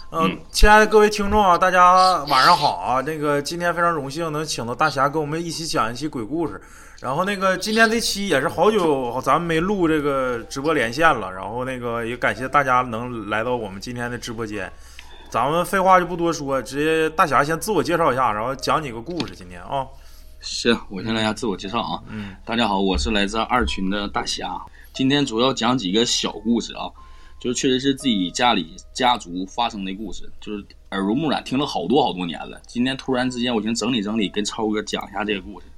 亲爱的各位听众啊，大家晚上好啊！今天非常荣幸能请到大侠跟我们一起讲一期鬼故事。然后今天这期也是好久咱们没录这个直播连线了，然后也感谢大家能来到我们今天的直播间。咱们废话就不多说，直接大侠先自我介绍一下，然后讲几个故事。今天啊， 是我先来下自我介绍啊。大家好，我是来自二群的大侠。今天主要讲几个小故事啊。就是确实是自己家族发生的故事，就是耳濡目染，听了好多年了。今天突然之间，我先整理，跟超哥讲一下这个故事。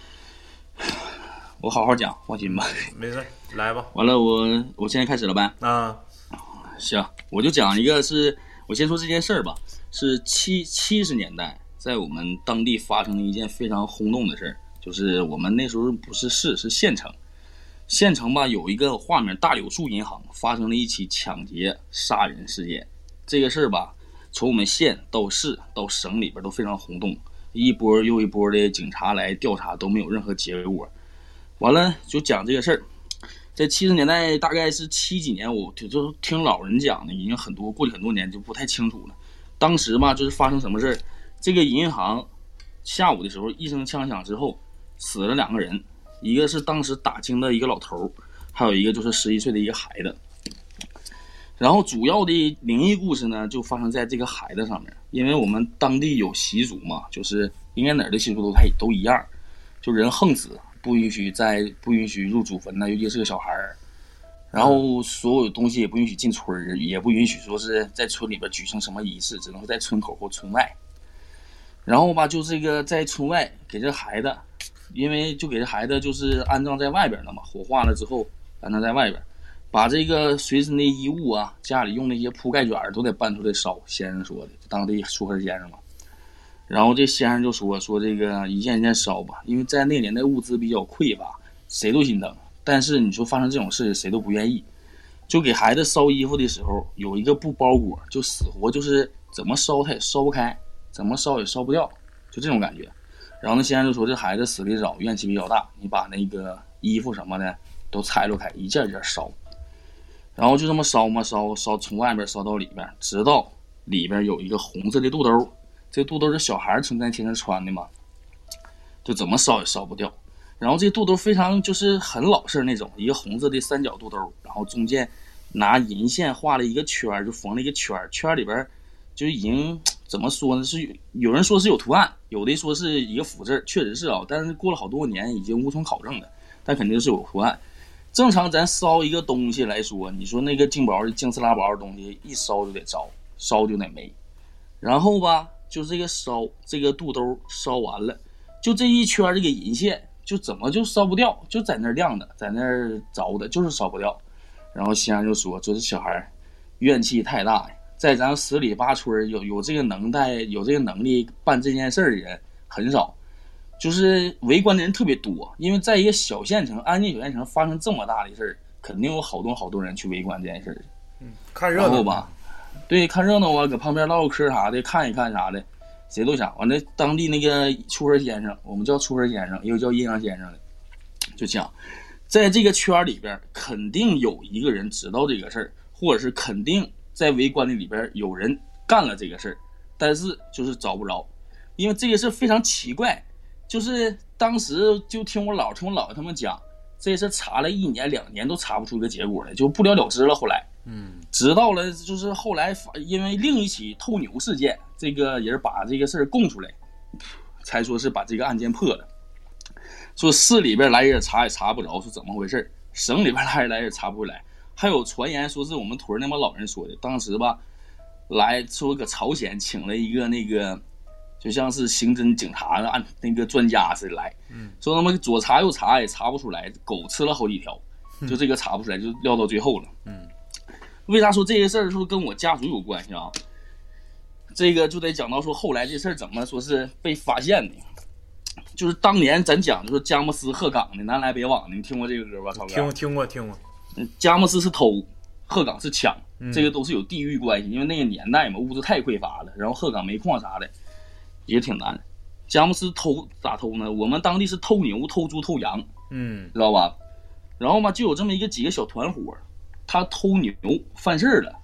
我好好讲，放心吧。 没事，来吧。 完了，我现在开始了呗。行，我就讲一个我先说这件事儿吧，是70年代在我们当地发生的一件非常轰动的事儿，就是我们那时候不是市，是县城。县城吧有一个化名大柳树银行发生了一起抢劫杀人事件。这个事儿吧，从我们县到市到省里边都非常轰动，一波又一波的警察来调查都没有任何结果。完了就讲这个事儿，在70年代大概是70几年，我就听老人讲的，已经过去很多年就不太清楚了。当时吧就是发生什么事儿，这个银行下午的时候一声枪响之后死了2个人。一个是当时打更的一个老头，还有一个就是11岁的一个孩子。然后主要的灵异故事呢，就发生在这个孩子上面。因为我们当地有习俗嘛，就是应该哪儿的习俗都一样，就人横死不允许入祖坟的，尤其是个小孩儿。然后所有东西也不允许进村，也不允许说是在村里边举行什么仪式，只能是在村口或村外。然后吧，就这个在村外给这孩子。因为就给这孩子就是安葬在外边了嘛，火化了之后安葬在外边，把这个随身的衣物啊，家里用那些铺盖卷都得搬出来烧。先生说的，当地说是先生嘛。然后这先生就说这个一件一件烧吧，因为在那年的物资比较匮乏，谁都心疼。但是你说发生这种事谁都不愿意。就给孩子烧衣服的时候，有一个布包裹，就死活就是怎么烧它也烧不开，怎么烧也烧不掉，就这种感觉。然后呢，先生就说这孩子死得早，怨气比较大，你把那个衣服什么的都拆落开，一件一件烧。然后就这么烧嘛，烧从外边烧到里边，直到里边有一个红色的肚兜，这肚兜是小孩存在天上穿的嘛，就怎么烧也烧不掉。然后这肚兜非常就是很老式那种，一个红色的三角肚兜，然后中间拿银线画了一个圈，就缝了一个圈，圈里边就已经怎么说呢？是有人说是有图案，有的说是一个福字，确实是啊。但是过了好多年，已经无从考证了。但肯定是有图案。正常咱烧一个东西来说，你说那个净丝拉薄的东西，一烧就得着，烧就得没。然后吧，就这个烧这个肚兜烧完了，就这一圈这个银线，就怎么就烧不掉，就在那儿亮的，在那儿着的，就是烧不掉。然后先生就说这小孩怨气太大呀。在咱10里8村有这个能耐、有这个能力办这件事的人很少，就是围观的人特别多。因为在一个小县城、安静小县城发生这么大的事儿，肯定有好多人去围观这件事儿。 看热闹吧，对，看热闹啊，搁旁边唠唠嗑啥的，看一看啥的，谁都想。完了，当地那个出河先生，我们叫出河先生，也有叫阴阳先生的，就讲，在这个圈里边，肯定有一个人知道这个事儿，或者是肯定。在围观的里边有人干了这个事儿，但是就是找不着。因为这个事非常奇怪，就是当时就听我姥爷他们讲，这事查了1年2年都查不出一个结果来，就不了了之了。后来直到了就是后来因为另一起偷牛事件，这个人把这个事儿供出来，才说是把这个案件破了。说市里边来人查也查不着是怎么回事，省里边来也查不回来。还有传言说是我们屯那帮老人说的，当时吧，来说搁朝鲜请了一个那个，就像是刑侦警察的那个专家似的来，说他们左查右查也查不出来，狗吃了好几条，就这个查不出来，就撂到最后了。为啥说这个事儿说跟我家族有关系啊？这个就得讲到说后来这事儿怎么说是被发现的，就是当年咱讲的说佳木斯鹤岗的南来北往的，你听过这个歌吧？涛哥听过。 佳木斯是偷，鹤岗是抢，这个都是有地域关系，因为那个年代嘛，物资太匮乏了，然后鹤岗煤矿啥的也挺难。佳木斯偷咋偷呢？我们当地是偷牛、偷猪、偷羊，知道吧？然后嘛，就有这么几个小团伙，他偷牛犯事了，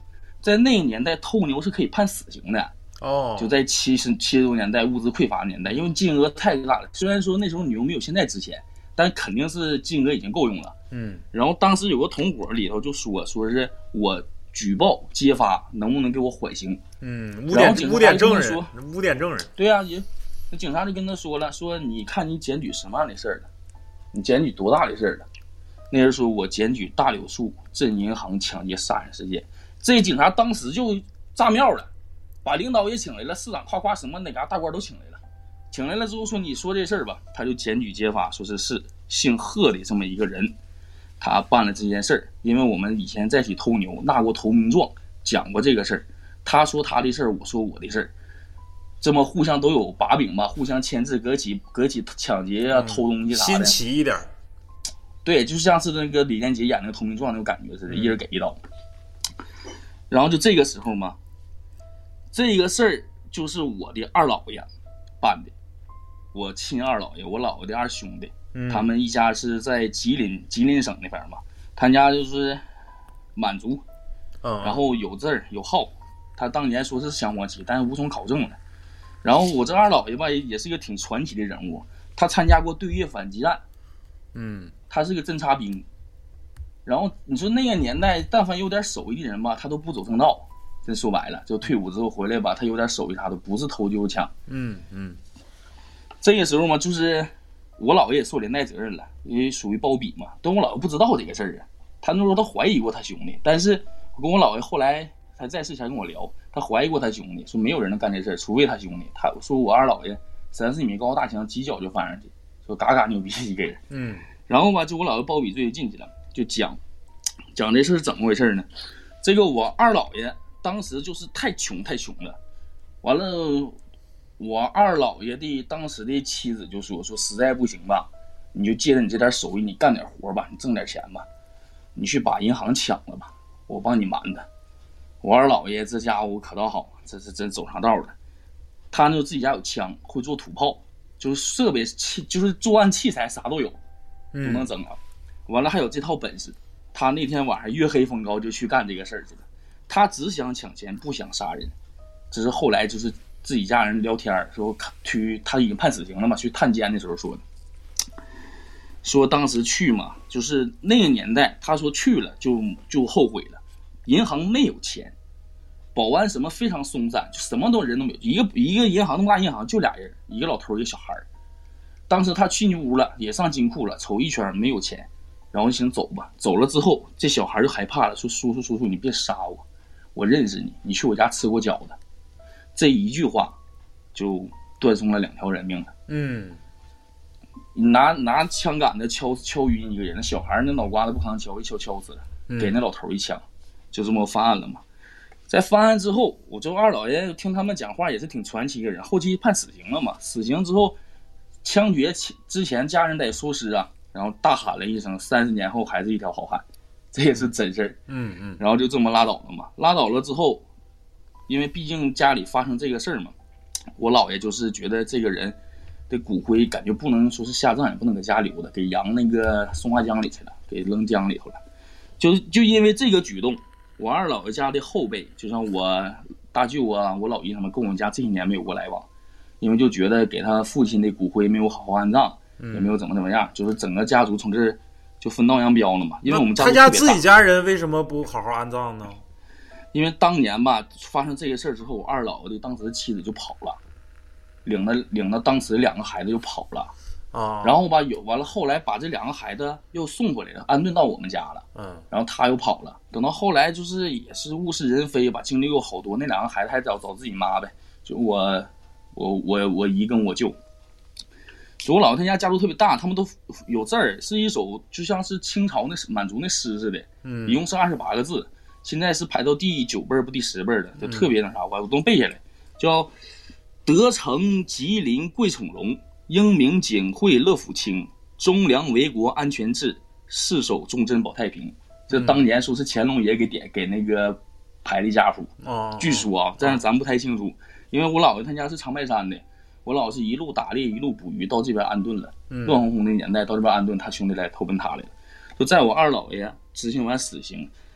在那个年代偷牛是可以判死刑的。就在70多年代物资匮乏的年代，因为金额太大了。虽然说那时候牛没有现在值钱，但肯定是金额已经够用了。然后当时有个同伙里头就说是我举报揭发，能不能给我缓刑？ 污点证人。 对啊，警察就跟他说了，说你看你检举什么样的事儿了？你检举多大的事儿了？那人说我检举大柳树镇银行抢劫杀人事件。这警察当时就炸庙了。把领导也请来了，市长夸什么哪嘎大官都请来了。请来了之后说你说这事儿吧，他就检举揭发，说是姓贺的这么一个人，他办了这件事儿。因为我们以前在一起偷牛纳过投名状，讲过这个事儿。他说他的事儿，我说我的事儿，这么互相都有把柄吧，互相牵制，隔起抢劫啊、偷东西啥的， 新奇一点。 对，就像是那个李连杰演那个投名状那种感觉似的，一人给一刀。然后就这个时候嘛。这个事儿就是我的二姥爷办的，我亲二姥爷，我姥爷的二兄弟，他们一家是在吉林省那边嘛，他家就是满族，然后有字儿有号，他当年说是镶黄旗，但是无从考证了。然后我这二姥爷吧，也是一个挺传奇的人物，他参加过对越反击战，他是个侦察兵。然后你说那个年代，但凡有点手艺的人吧，他都不走正道。这说白了，就退伍之后回来吧，他有点手艺，他都不是偷就是抢。这个时候嘛，就是我姥爷也受连带责任了，因为属于包庇嘛。但我姥爷不知道这个事儿啊，他那时候他怀疑过他兄弟，但是我跟我姥爷后来他在世前跟我聊，他怀疑过他兄弟，说没有人能干这事儿，除非他兄弟。他说我二姥爷30米高大墙，几脚就翻上去，说嘎嘎牛逼一个人。然后吧，就我姥爷包庇罪进去了，就讲这事是怎么回事呢？这个我二姥爷。当时就是太穷了，完了，我二姥爷的当时的妻子就说实在不行吧，你就借着你这点手艺，你干点活吧，你挣点钱吧，你去把银行抢了吧，我帮你瞒他。我二姥爷这家伙可倒好，这是真走上道了。他那自己家有枪，会做土炮，就是设备就是作案器材啥都有，都能整了。完了还有这套本事，他那天晚上月黑风高就去干这个事儿去了。他只想抢钱，不想杀人。这是后来就是自己家人聊天说，他已经判死刑了嘛，去探监的时候说的。说当时去嘛，就是那个年代，他说去了就后悔了。银行没有钱，保安什么非常松散，就什么人都没有。一个银行那么大银行就俩人，一个老头一个小孩。当时他进屋了，也上金库了，瞅一圈没有钱，然后就想走吧。走了之后，这小孩就害怕了，说叔叔你别杀我。我认识你，你去我家吃过饺子，这一句话就断送了2条人命了。拿枪杆子敲晕一个人，那小孩那脑瓜子不可能敲，一敲死了，给那老头一枪，就这么翻案了嘛。在翻案之后，我这二姥爷听他们讲话也是挺传奇的人，后期判死刑了嘛。死刑之后，枪决之前家人得收尸啊，然后大喊了一声：“30年后还是一条好汉。”这也是真事儿。然后就这么拉倒了嘛。拉倒了之后，因为毕竟家里发生这个事儿嘛，我姥爷就是觉得这个人的骨灰感觉不能说是下葬，也不能搁家留的，给扬那个松花江里去了，给扔江里头了。就因为这个举动，我二姥爷家的后辈，就像我大舅啊、我姥爷他们，跟我们家这些年没有过来往，因为就觉得给他父亲的骨灰没有好好安葬，也没有怎么样，就是整个家族从这儿就分道扬镳了嘛。因为我们家他家自己家人为什么不好好安葬呢？ 因为当年吧发生这个事儿之后，我二姥爷的当时的妻子就跑了，领了当时2个孩子就跑了啊。然后吧完了，后来把这2个孩子又送回来了，安顿到我们家了。然后他又跑了。等到后来就是也是物是人非吧，经历过好多，那2个孩子还找自己妈呗，就我姨跟我舅。我姥姥他家族特别大，他们都有字儿，是一首就像是清朝那满族那诗似的，一共是28个字，现在是排到第9辈不第10辈的，就特别那啥，我都背下来，叫德成吉林贵宠隆，英明景惠乐府清，忠良为国安全治，世守忠贞保太平。这当年说是乾隆爷给那个排的家谱，据说啊，但是咱不太清楚，因为我姥爷他家是长白山的。我姥是一路打猎一路捕鱼到这边安顿了，乱哄哄的年代到这边安顿，他兄弟来投奔他来了。就在我二姥爷执行完死刑，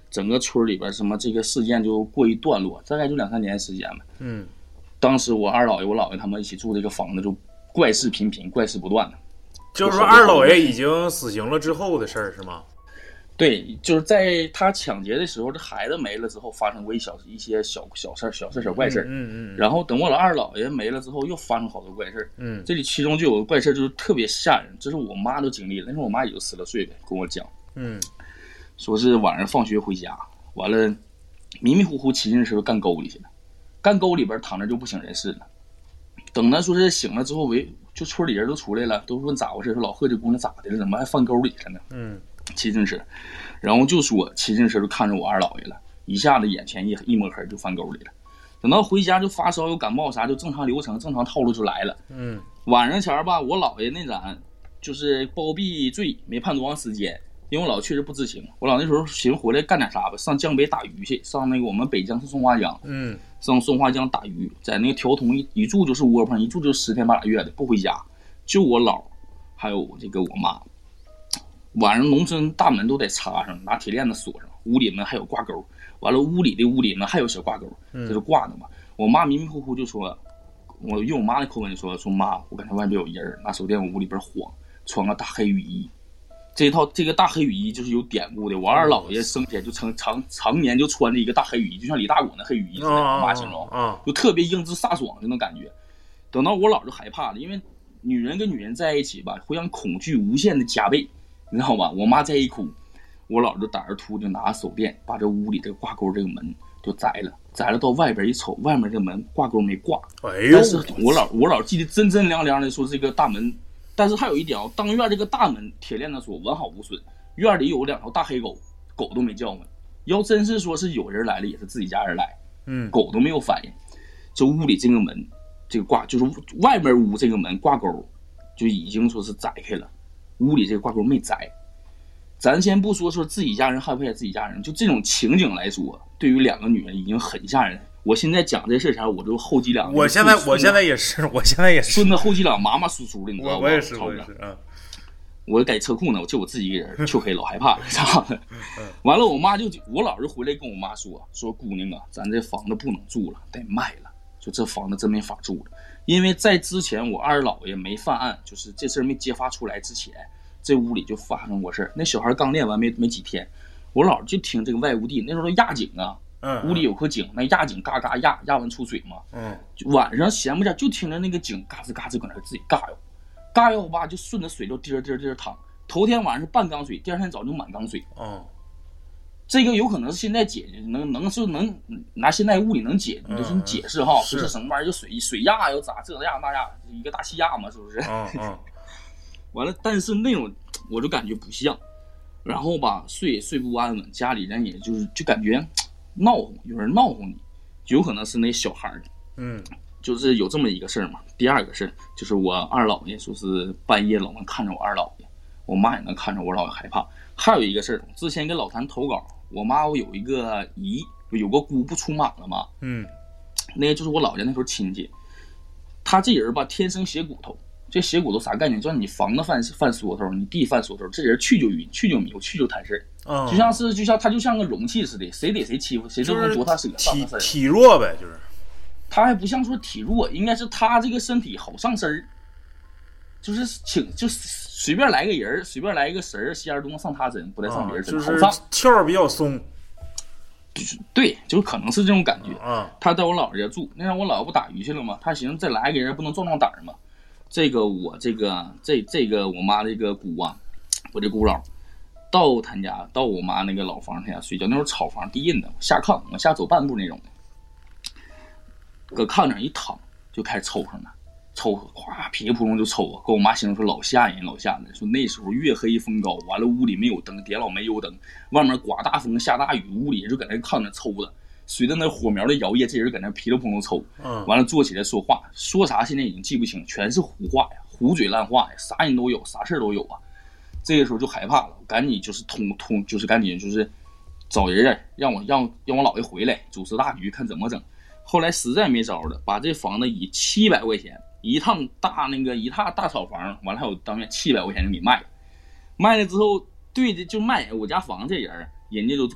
整个村里边什么这个事件就过一段落，大概就2-3年时间吧。当时我二姥爷、我姥爷他们一起住这个房子，就怪事频频，怪事不断的。 就是说二姥爷已经死刑了之后的事儿是吗？ 对，就是在他抢劫的时候，这孩子没了之后，发生过一些小事、小怪事。然后等我二姥爷没了之后，又发生好多怪事。这里其中就有个怪事，就是特别吓人，这是我妈都经历了。那时候我妈也就10来岁呗，跟我讲。说是晚上放学回家，完了迷迷糊糊骑自行车干沟里去了，干沟里边躺着就不省人事了。等他说是醒了之后，就村里人都出来了，都问咋回事，说老贺这姑娘咋的了，怎么还翻沟里去了呢？骑自行车，然后就说骑自行车就看着我二姥爷了，一下子眼前一抹黑就翻沟里了。等到回家就发烧有感冒啥，就正常流程正常套路就来了。晚上前吧，我姥爷那盏就是包庇罪没判多长时间，因为我姥确实不知情。我姥那时候寻思回来干点啥吧，上江北打鱼去，上那个我们北江是松花江，上松花江打鱼，在那个条通一住就是窝棚，一住就是10天8月的不回家，就我姥还有这个我妈。晚上农村大门都得插上，拿铁链子锁上，屋里面还有挂钩，完了屋里面还有小挂钩，这是挂的嘛。我妈迷迷糊糊就说，我用我妈的口吻就说妈，我感觉外边有人，拿手电往屋里边晃，穿个大黑雨衣。这个大黑雨衣就是有典故的，我二姥爷生前就常年就穿着一个大黑雨衣，就像李大果那黑雨衣似的，我妈形容，就特别英姿飒爽那种感觉。等到我姥就害怕了，因为女人跟女人在一起吧，会让恐惧无限的加倍。你知道吧？我妈再一哭，我姥就胆儿突，就拿手电把这屋里这个挂钩这个门就摘了到外边一瞅，外面这门挂钩没挂。但是我姥记得真真亮亮的说这个大门，但是还有一点当院这个大门铁链子锁完好无损，院里有2条大黑狗，狗都没叫唤。要真是说是有人来了，也是自己家人来，狗都没有反应。这屋里这个门这个挂就是外面屋这个门挂钩就已经说是摘开了。屋里这个挂钩没摘，咱先不说自己家人害不害自己家人，就这种情景来说，对于2个女人已经很吓人。我现在讲这事前，我就后脊梁， 我现在也是， 顺着后脊梁麻麻酥酥的，你知道吗？ 我也是我改车库呢，就我自己一个人，黢黑老害怕了，知道吗？完了，我姥就回来跟我妈说姑娘啊，咱这房子不能住了，得卖了，就这房子真没法住了。因为在之前我二姥爷没犯案，就是这事没揭发出来之前，这屋里就发生过事。那小孩刚练完没几天，我姥就听这个外屋地那时候压井啊，屋里有颗井，那压井嘎嘎压完出水嘛，晚上闲不下就听着那个井嘎吱嘎吱搁那自己嘎悠吧，就顺着水就滴滴淌。头天晚上是半缸水，第二天早就满缸水。这个有可能是现在解决，能拿现在物理能解，就是你解释哈，不是什么玩意儿，就水压又咋这压那压，一个大气压嘛，是不是？完了，但是那种我就感觉不像，然后吧睡不安稳，家里人也就感觉闹哄，有人闹哄你，有可能是那小孩就是有这么一个事儿嘛。第二个事就是我二姥爷说是半夜老能看着我二姥爷，我妈也能看着我姥爷害怕。还有一个事儿，之前跟老谭投稿。我妈有一个姨，有个姑不出马了嘛，那个就是我姥家那时候亲戚，他这人吧天生血骨头，这血骨头啥概念？就是你房子犯缩头，你地犯缩头，这人去就晕，去就迷糊，去就谈事儿，他就像个容器似的，谁逮谁欺负，谁就能夺他舍体弱呗，就是他还不像说体弱，应该是他这个身体好上身儿，就是随便来个人，随便来一个神儿，仙儿都能上他身，不带上别人身， 就是窍儿比较松。 对，就可能是这种感觉。他在我姥姥家住，那让我姥姥不打鱼去了吗？他寻思再来个人不能壮胆嘛。这个我我妈这个姑啊，我这姑姥到他家，到我妈那个老房他家睡觉，那时候草房地印的，下炕往下走半步那种的，搁炕上一躺就开始抽上了。抽哗噼里扑隆就抽啊！跟我妈形容说老吓人，说那时候月黑风高，完了屋里没有灯，点老煤油灯，外面刮大风下大雨，屋里就搁那炕上抽着，随着那火苗的摇曳，这人搁那噼里扑隆抽，完了坐起来说话，说啥现在已经记不清，全是胡话呀，胡嘴烂话呀，啥人都有，啥事都有啊。这个时候就害怕了，赶紧就是就是赶紧就是找人让我姥爷回来主持大局，看怎么整。后来实在没招了，把这房子以700块钱。一趟大草房，完了还有当面700块钱就给卖了之后，对的就卖我家房这人家就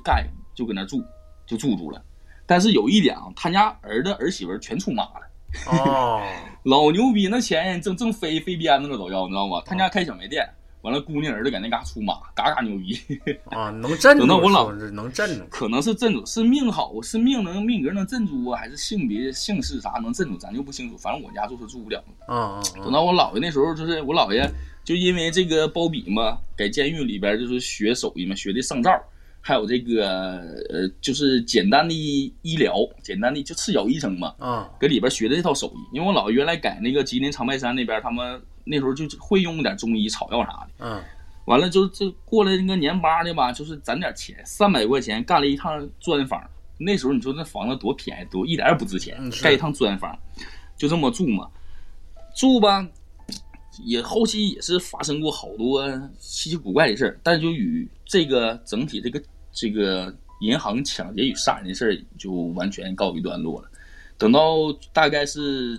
就搁那住了。但是有一点啊，他家儿媳妇全出马了。 哦， 老牛逼，那钱正飞鞭子了都要，你知道吗？他家开小卖店，完了姑娘儿子搁那嘎出马，嘎牛逼啊，能镇住。 等到我老能镇住， 可能是镇住，是命好，是命格能镇住啊，还是性别姓氏啥能镇住，咱就不清楚。反正我家就是住不了。等到我姥爷那时候，就是我姥爷就因为这个包庇嘛，在监狱里边就是学手艺嘛，学的上灶。还有这个就是简单的医疗，简单的就赤脚医生嘛，搁里边学的这套手艺。因为我姥爷原来在那个吉林长白山那边，他们那时候就会用点中医草药啥的，完了就过来那个年巴的吧，就是攒点钱，300块钱干了一趟砖房。那时候你说那房子多便宜，多一点也不值钱，盖一趟砖房，就这么住嘛，住吧。也后期也是发生过好多稀奇古怪的事儿，但是就与这个整体这个银行抢劫与杀人的事儿就完全告一段落了。等到大概是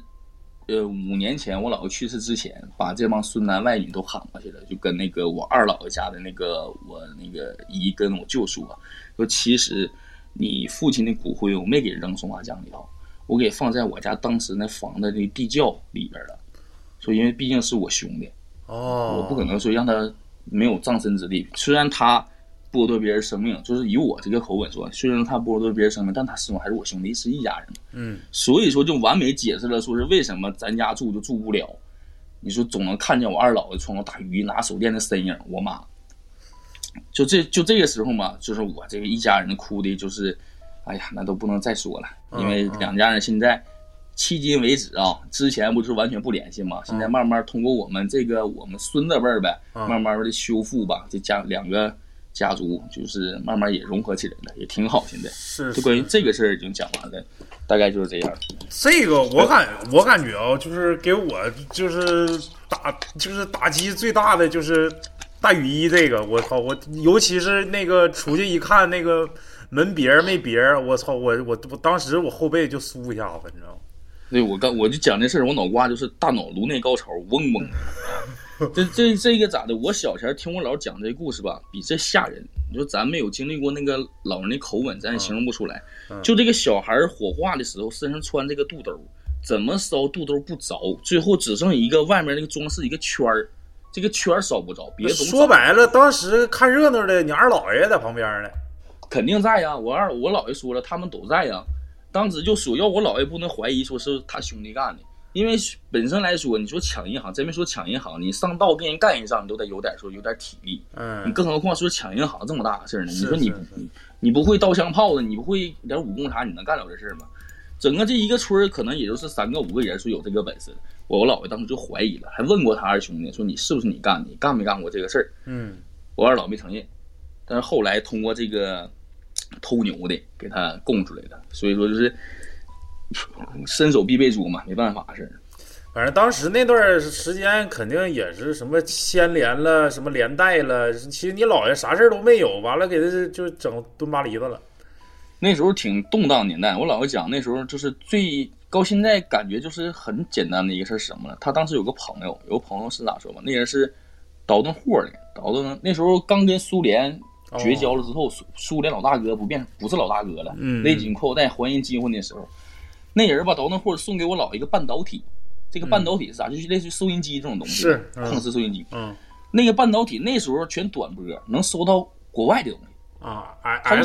5年前我姥爷去世之前，把这帮孙男外女都喊过去了，就跟那个我二姥爷家的我那个姨跟我舅说，其实你父亲的骨灰我没给扔松花江里头，我给放在我家当时那房子的地窖里边了。说因为毕竟是我兄弟，我不可能说让他没有葬身之地。虽然他剥夺别人生命，就是以我这个口吻说，虽然他剥夺别人生命，但他始终还是我兄弟，是一家人。所以说就完美解释了，说是为什么咱家住就住不了。你说总能看见我二姥爷穿个大雨衣拿手电的身影，我妈。就这个时候嘛，就是我这个一家人哭的，就是哎呀，那都不能再说了，因为两家人现在。迄今为止啊，之前不是完全不联系吗？现在慢慢通过我们孙子辈儿呗，慢慢的修复吧，这两个家族就是慢慢也融合起来了，也挺好。现在是就关于这个事儿已经讲完了，大概就是这样。 这个我感觉啊，就是给我就是打击最大的就是大雨衣这个，我操！我尤其是那个出去一看那个门别没别，我操！我当时我后背就酥一下子，你知道吗？ 对，我就讲这事儿，我脑瓜就是大脑颅内高潮，嗡嗡。这个咋的？我小前听我姥讲这故事吧，比这吓人。你说咱没有经历过那个老人的口吻，咱也形容不出来。就这个小孩火化的时候，身上穿这个肚兜，怎么烧肚兜不着，最后只剩一个外面那个装饰一个圈儿，这个圈儿烧不着，别的都说白了，当时看热闹的，你二姥爷在旁边呢， 肯定在呀。我姥爷说了，他们都在呀。当时就说要我姥爷不能怀疑说是他兄弟干的，因为本身来说，你说抢银行，真没说抢银行，你上道跟人干一仗，你都得有点体力，你更何况说抢银行这么大的事呢？你说你不会刀枪炮的，你不会点武功啥，你能干了这事吗？整个这一个村可能也就是3个5个人说有这个本事，我姥爷当时就怀疑了，还问过他二兄弟说你是不是你干的，你干没干过这个事儿？我二老没承认，但是后来通过这个。偷牛的给他供出来的，所以说就是伸手必被捉嘛，没办法的事儿。 反正当时那段时间肯定也是什么牵连了，什么连带了。其实你姥爷啥事都没有，完了给他就整蹲巴黎子了。 那时候挺动荡年代，我姥爷讲那时候就是最高，现在感觉就是很简单的一个事是什么呢？他当时有个朋友是咋说吧？那人是倒腾货的，那时候刚跟苏联。绝交了之后，苏联老大哥不是老大哥了，勒紧裤带还人机会的时候，那人把倒腾货送给我姥一个半导体，这个半导体是啥？就是类似于收音机这种东西， 是矿石收音机。那个半导体那时候全短波，能收到国外的东西啊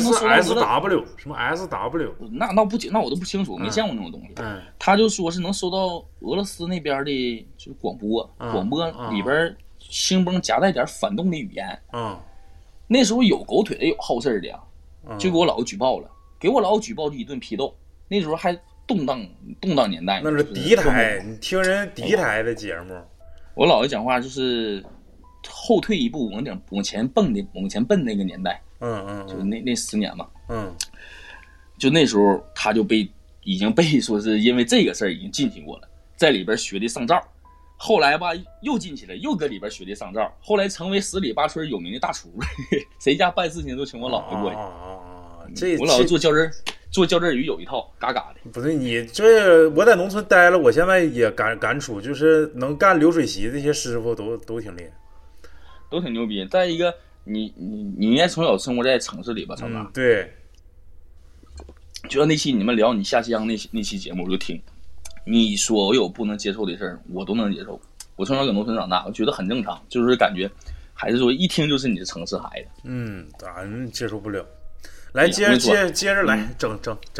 ，SW 什么 SW？ 那我都不清楚，没见过那种东西。他就说是能收到俄罗斯那边的，就是广播里边兴崩夹带点反动的语言。那时候有狗腿的，有好事的呀，就给我姥姥举报了，给我姥姥举报就一顿批斗。那时候还动荡年代， 那是敌台，你听人敌台的节目。 我姥姥讲话就是后退一步，往前奔那个年代。就那10年嘛。就那时候他就已经被说是因为这个事儿已经进去过了，在里边学的上灶。后来吧，又进去了，又搁里边学的上灶，后来成为10里8村有名的大厨，谁家办事情都请我姥爷过去。我姥爷做较真鱼有一套，嘎嘎的。 不是你这，我在农村待了，我现在也感触，就是能干流水席这些师傅都挺厉害， 都挺牛逼。再一个，你应该从小生活在城市里吧，成长。 对。 就像那期你们聊你下乡那期节目，我就听你说我有不能接受的事儿，我都能接受。我从小搁农村长大，我觉得很正常，就是感觉还是说一听就是你的城市孩子。 咱接受不了。来，接着来，整。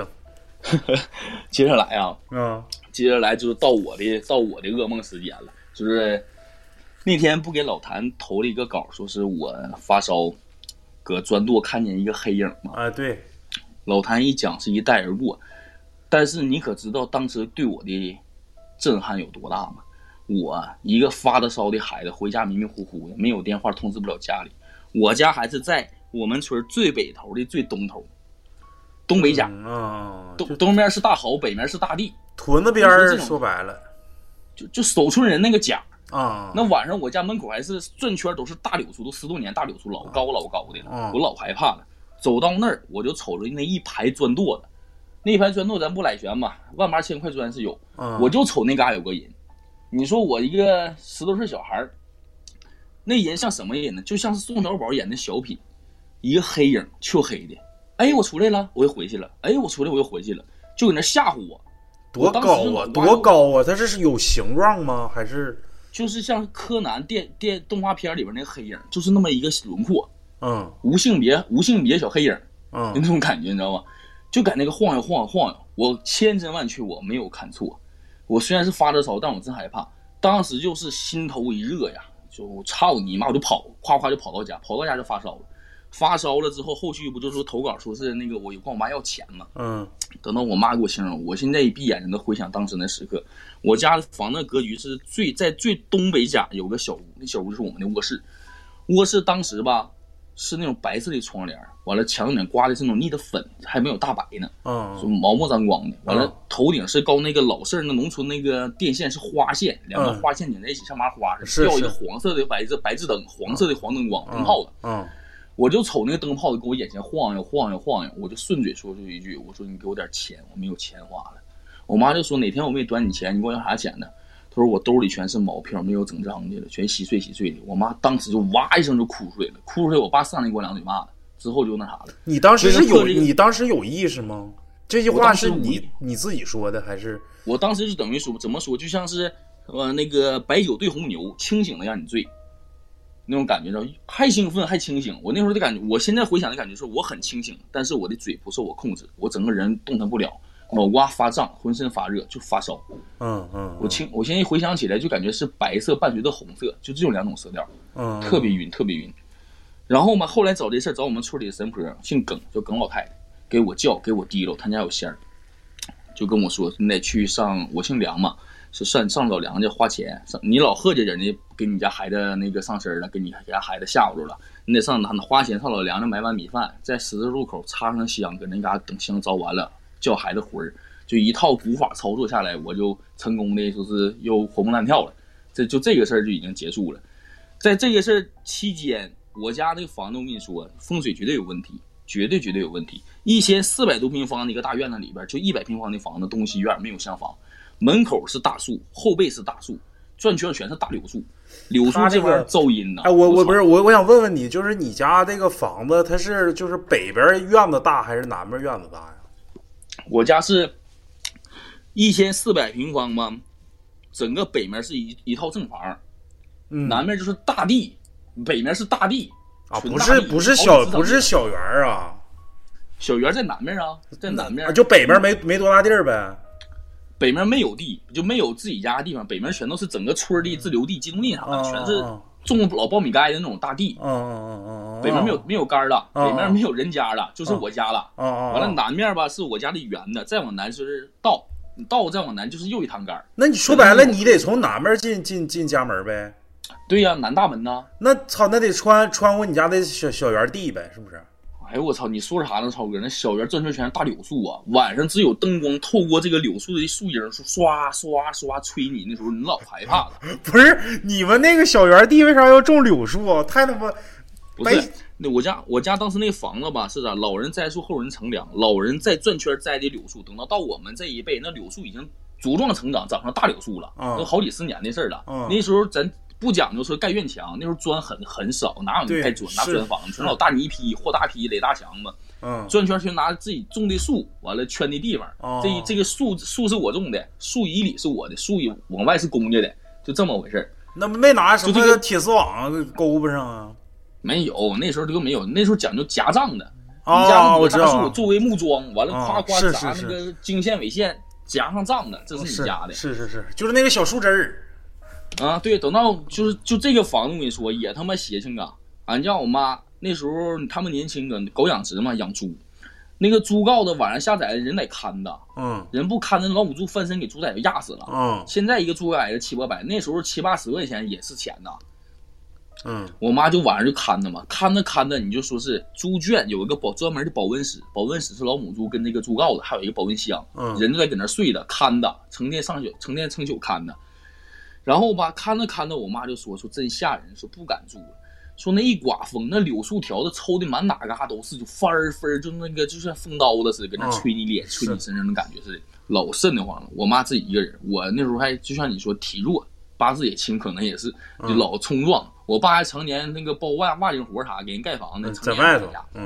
接着来啊，接着来就是到我的噩梦时间了，就是那天不给老谭投了一个稿，说是我发烧，搁砖垛看见一个黑影吗？ 啊，对。 老谭一讲是一带而过，但是你可知道当时对我的震撼有多大吗？我一个发着烧的孩子，回家迷迷糊糊的，没有电话通知不了家里。我家还是在我们村最北头的最东头，东北角。东面是大壕，北面是大地， 屯子边说白了， 就守村人那个角啊。那晚上我家门口还是转圈都是大柳树，都10多年大柳树，老高的了，我老害怕了。走到那儿，我就瞅着那一排砖垛子，那一排砖垛咱不赖悬嘛，万八千块砖是有。我就瞅那嘎有个人，你说我一个10多岁小孩，那人像什么人呢？就像是宋小宝演的小品，一个黑影，黢黑的。哎，我出来了，我又回去了。哎，我出来，我又回去了，就搁那吓唬我。 多高啊？它是有形状吗？还是就是像柯南动画片里边那个黑影，就是那么一个轮廓。无性别小黑影，就那种感觉，你知道吗？就在那个晃悠，我千真万确，我没有看错。我虽然是发着烧，但我真害怕。当时就是心头一热呀，就操你妈，我就跑，夸就跑到家就发烧了。发烧了之后，后续不就说投稿说是那个我管我妈要钱嘛？等到我妈给我形容，我现在一闭眼睛都回想当时那时刻。我家的房子格局是在最东北角有个小屋，那小屋就是我们的卧室。卧室当时吧是那种白色的窗帘，完了墙面刮的是那种腻的粉，还没有大白呢，毛毛脏光的。完了头顶是高那个老式那农村那个电线是花线，两个花线拧在一起像麻花似的，吊一个黄色的白炽灯，黄色的黄灯光灯泡子。我就瞅那个灯泡子给我眼前晃悠，我就顺嘴说出一句，我说你给我点钱，我没有钱花了。我妈就说哪天我没端你钱，你给我要啥钱呢？她说我兜里全是毛票，没有整张的了，全稀碎的。我妈当时就哇一声就哭出来了，我爸上来给我2嘴骂了，之后就那啥了。 你当时有意识吗？这句话是你自己说的还是？我当时就等于说怎么说，就像是那个白酒兑红牛，清醒的让你醉。那种感觉着，还兴奋还清醒。我那时候的感觉，我现在回想的感觉是我很清醒，但是我的嘴不受我控制，我整个人动弹不了，脑瓜发胀，浑身发热，就发烧。我现在回想起来就感觉是白色伴随着红色，就这种2种色调，特别晕。然后嘛，后来找这事儿，找我们村里的神婆，姓耿，叫耿老太太，给我提溜，他家有仙儿，就跟我说你得去上，我姓梁嘛。是上老梁家花钱，你老贺家人家给你家孩子那个上身了，给家孩子吓唬着了，你得上花钱上老梁家买碗米饭，在十字路口插上香，搁那嘎等香着完了，叫孩子魂儿，就一套古法操作下来，我就成功的就是又活蹦乱跳了。这个事儿就已经结束了。在这个事儿期间，我家那个房子我跟你说，风水绝对有问题，绝对有问题。1400多平方的一个大院子里边，就100平方的房子，东西院没有厢房。门口是大树，后背是大树，转圈全是大柳树，柳树这玩意儿噪音呢。 我想问问你，就是你家这个房子，它是就是北边院子大还是南边院子大呀？ 我家是1400平方嘛，整个北面是一套正房，南面就是大地，北面是大地啊，不是小园啊， 小园在南面啊，在南面就北面没多大地儿呗。 北面没有地，就没有自己家的地方，北面全都是整个村的自留地、集中地啥的，全是种老苞米盖的那种大地。北面没有杆了，北面没有人家了，就是我家了。完了南面吧是我家的圆的，再往南就是道再往南就是又一趟杆。 那你说白了，你得从南面进家门呗？ 对呀，南大门呐。 那得穿过你家的小园地呗，是不是？ 哎呦我操！你说啥呢，超哥？那小园转圈全是大柳树啊，晚上只有灯光透过这个柳树的树影，刷刷刷吹你，那时候你老害怕了。 不是你们那个小园地为啥要种柳树啊？太他妈不是！那我家当时那房子吧是啥？老人栽树，后人乘凉。老人在转圈栽的柳树，等到我们这一辈，那柳树已经茁壮成长，长成大柳树了，都好几十年的事了。那时候咱不讲究说盖院墙，那时候砖很少，哪有盖砖拿砖房？全老大泥坯或大坯垒大墙嘛。 转圈圈拿自己种的树，完了圈的地方，这个树是我种的，树以里是我的，树以往外是公家的，就这么回事。 那没拿什么铁丝网勾不上啊？ 没有，那时候都没有，那时候讲究夹账的。 你家我知道， 大树作为木桩，完了夸夸砸那个经线纬线夹上账的，这是你家的。 是，就是那个小树枝儿。 啊，对，等到就这个房子，我跟你说也他妈邪性啊！俺家我妈那时候他们年轻啊，狗养殖嘛，养猪，那个猪羔子晚上下崽人得看的，人不看那老母猪翻身给猪崽就压死了，现在一个猪崽子700-800，那时候7-80块钱也是钱呐。我妈就晚上就看着嘛，看着，你就说是猪圈有一个专门的保温室，保温室是老母猪跟那个猪羔子，还有一个保温箱，人就在搁那睡的，看的，成天成宿看的。然后吧，看着，我妈就说真吓人，说不敢住了，说那一刮风，那柳树条子抽的满哪嘎都是，就翻就那个就像风刀子似的，搁那吹你脸，吹你身上的感觉似的，老瘆得慌了。我妈自己一个人，我那时候还就像你说体弱，八字也轻，可能也是就老冲撞。我爸还常年那个包瓦井活啥，给人盖房子， 在外头。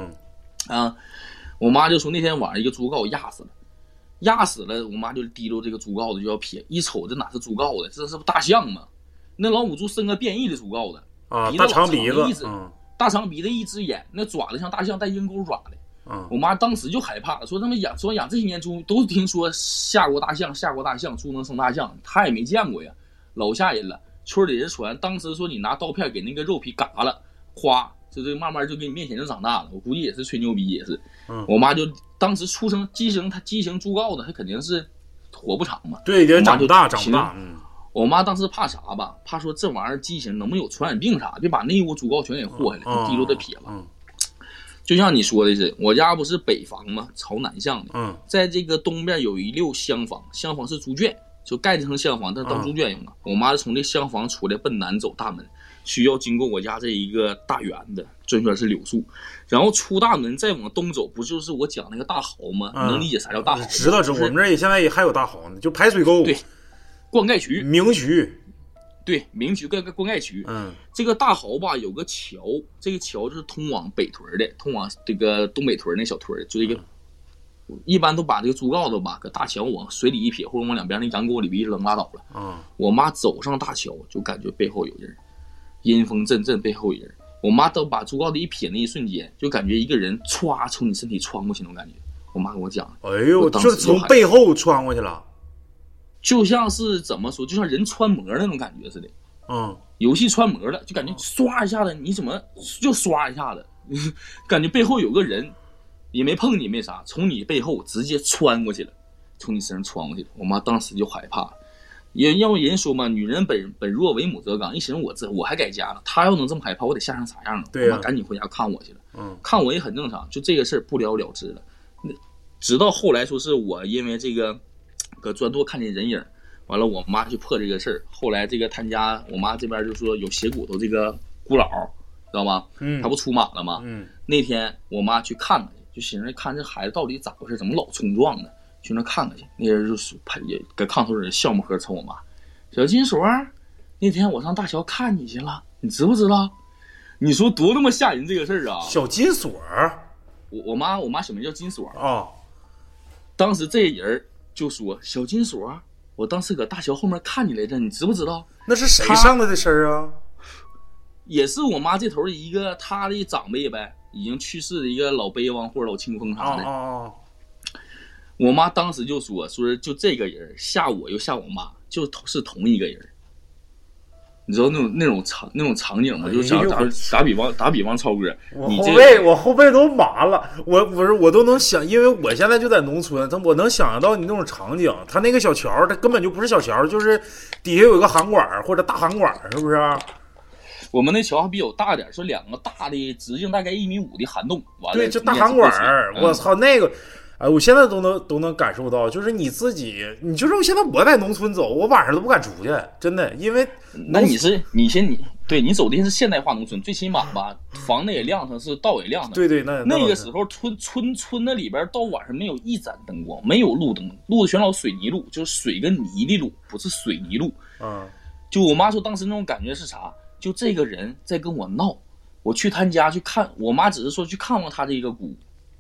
我妈就说那天晚上一个猪羔压死了，我妈就提溜这个猪羔子就要撇，一瞅这哪是猪羔子，这是不大象吗？那老母猪生个变异的猪羔子啊， 大长鼻子， 大长鼻子，一只眼，那爪子像大象带鹰钩爪的。我妈当时就害怕，说他们养这些年猪都听说下过大象，猪能生大象，她也没见过呀，老吓人了。村里人传，当时说你拿刀片给那个肉皮嘎了，哗，就这慢慢就给你面前就长大了。我估计也是吹牛逼，也是。我妈就当时出生畸形猪羔子，它肯定是活不长嘛。 对，得长不大。 我妈当时怕啥吧？怕说这玩意儿畸形能不能有传染病啥，别把那一窝猪羔全给祸害了，滴溜的撇了。就像你说的是，我家不是北房吗？朝南向的。在这个东边有一溜厢房，厢房是猪圈。就盖这层厢房，但当猪圈用啊。我妈从这厢房出来，奔南走大门，需要经过我家这一个大园子，转圈是柳树，然后出大门再往东走，不就是我讲那个大壕吗？你能理解啥叫大壕？ 知道，我们这也现在也还有大壕呢，就排水沟， 对，灌溉渠、 明渠， 对，明渠灌溉渠。这个大壕吧有个桥，这个桥就是通往北屯的，通往这个东北屯那小屯，就这个。一般都把这个猪羔子吧，搁大桥往水里一撇，或者往两边那羊沟里一扔拉倒了。我妈走上大桥，就感觉背后有人，阴风阵阵，背后有人。我妈都把猪羔子一撇那一瞬间，就感觉一个人歘从你身体穿过去那种感觉。我妈跟我讲， 哎呦，就是从背后穿过去了， 就像是怎么说，就像人穿模那种感觉似的。游戏穿模了，就感觉唰一下子，你怎么就唰一下子，感觉背后有个人。也没碰你，没啥，从你背后直接穿过去了，从你身上穿过去了。我妈当时就害怕了，也要人说嘛，女人本弱为母则刚。一寻我还改嫁了，她要能这么害怕，我得吓成啥样了？ 对我妈赶紧回家看我去了。看我也很正常，就这个事儿不了了之了。直到后来说是我因为这个搁砖垛看见人影，完了我妈去破这个事儿。后来这个他家我妈这边就说有斜骨头这个孤老，知道吗？他不出马了吗？那天我妈去看他去。就寻思看这孩子到底咋回事，怎么老冲撞呢？去那看看去。那人就是搁炕头人笑呵呵瞅我妈，小金锁，那天我上大桥看你去了，你知不知道？你说多他妈吓人这个事儿啊！ 小金锁， 我妈小名叫金锁啊。 当时这人就说小金锁，我当时搁大桥后面看你来着，你知不知道？ 那是谁上的身啊？ 也是我妈这头的一个她的长辈呗。已经去世的一个老悲王或者老清风啥的。我妈当时就说就这个人吓我又吓我妈，就是同一个人。你知道那种场景吗？就打比方，超哥， 我后背都麻了。我都能想，因为我现在就在农村，我能想象到你那种场景。他那个小桥，它根本就不是小桥，就是底下有一个涵管或者大涵管，是不是？ 我们那桥还比较大点，是两个大的直径大概1.5米的涵洞，完了对，就大涵管。我操，那个，我现在都能感受到，就是你自己，你就是现在我在农村走，我晚上都不敢出去，真的，因为那你对你走的是现代化农村，最起码吧，房子也亮堂，是道也亮堂。 对， 那个时候村那里边到晚上没有一盏灯光，没有路灯，路全老水泥路，就是水跟泥的路，不是水泥路。就我妈说当时那种感觉是啥？就这个人在跟我闹，我去他家去看，我妈只是说去看望他这个姑，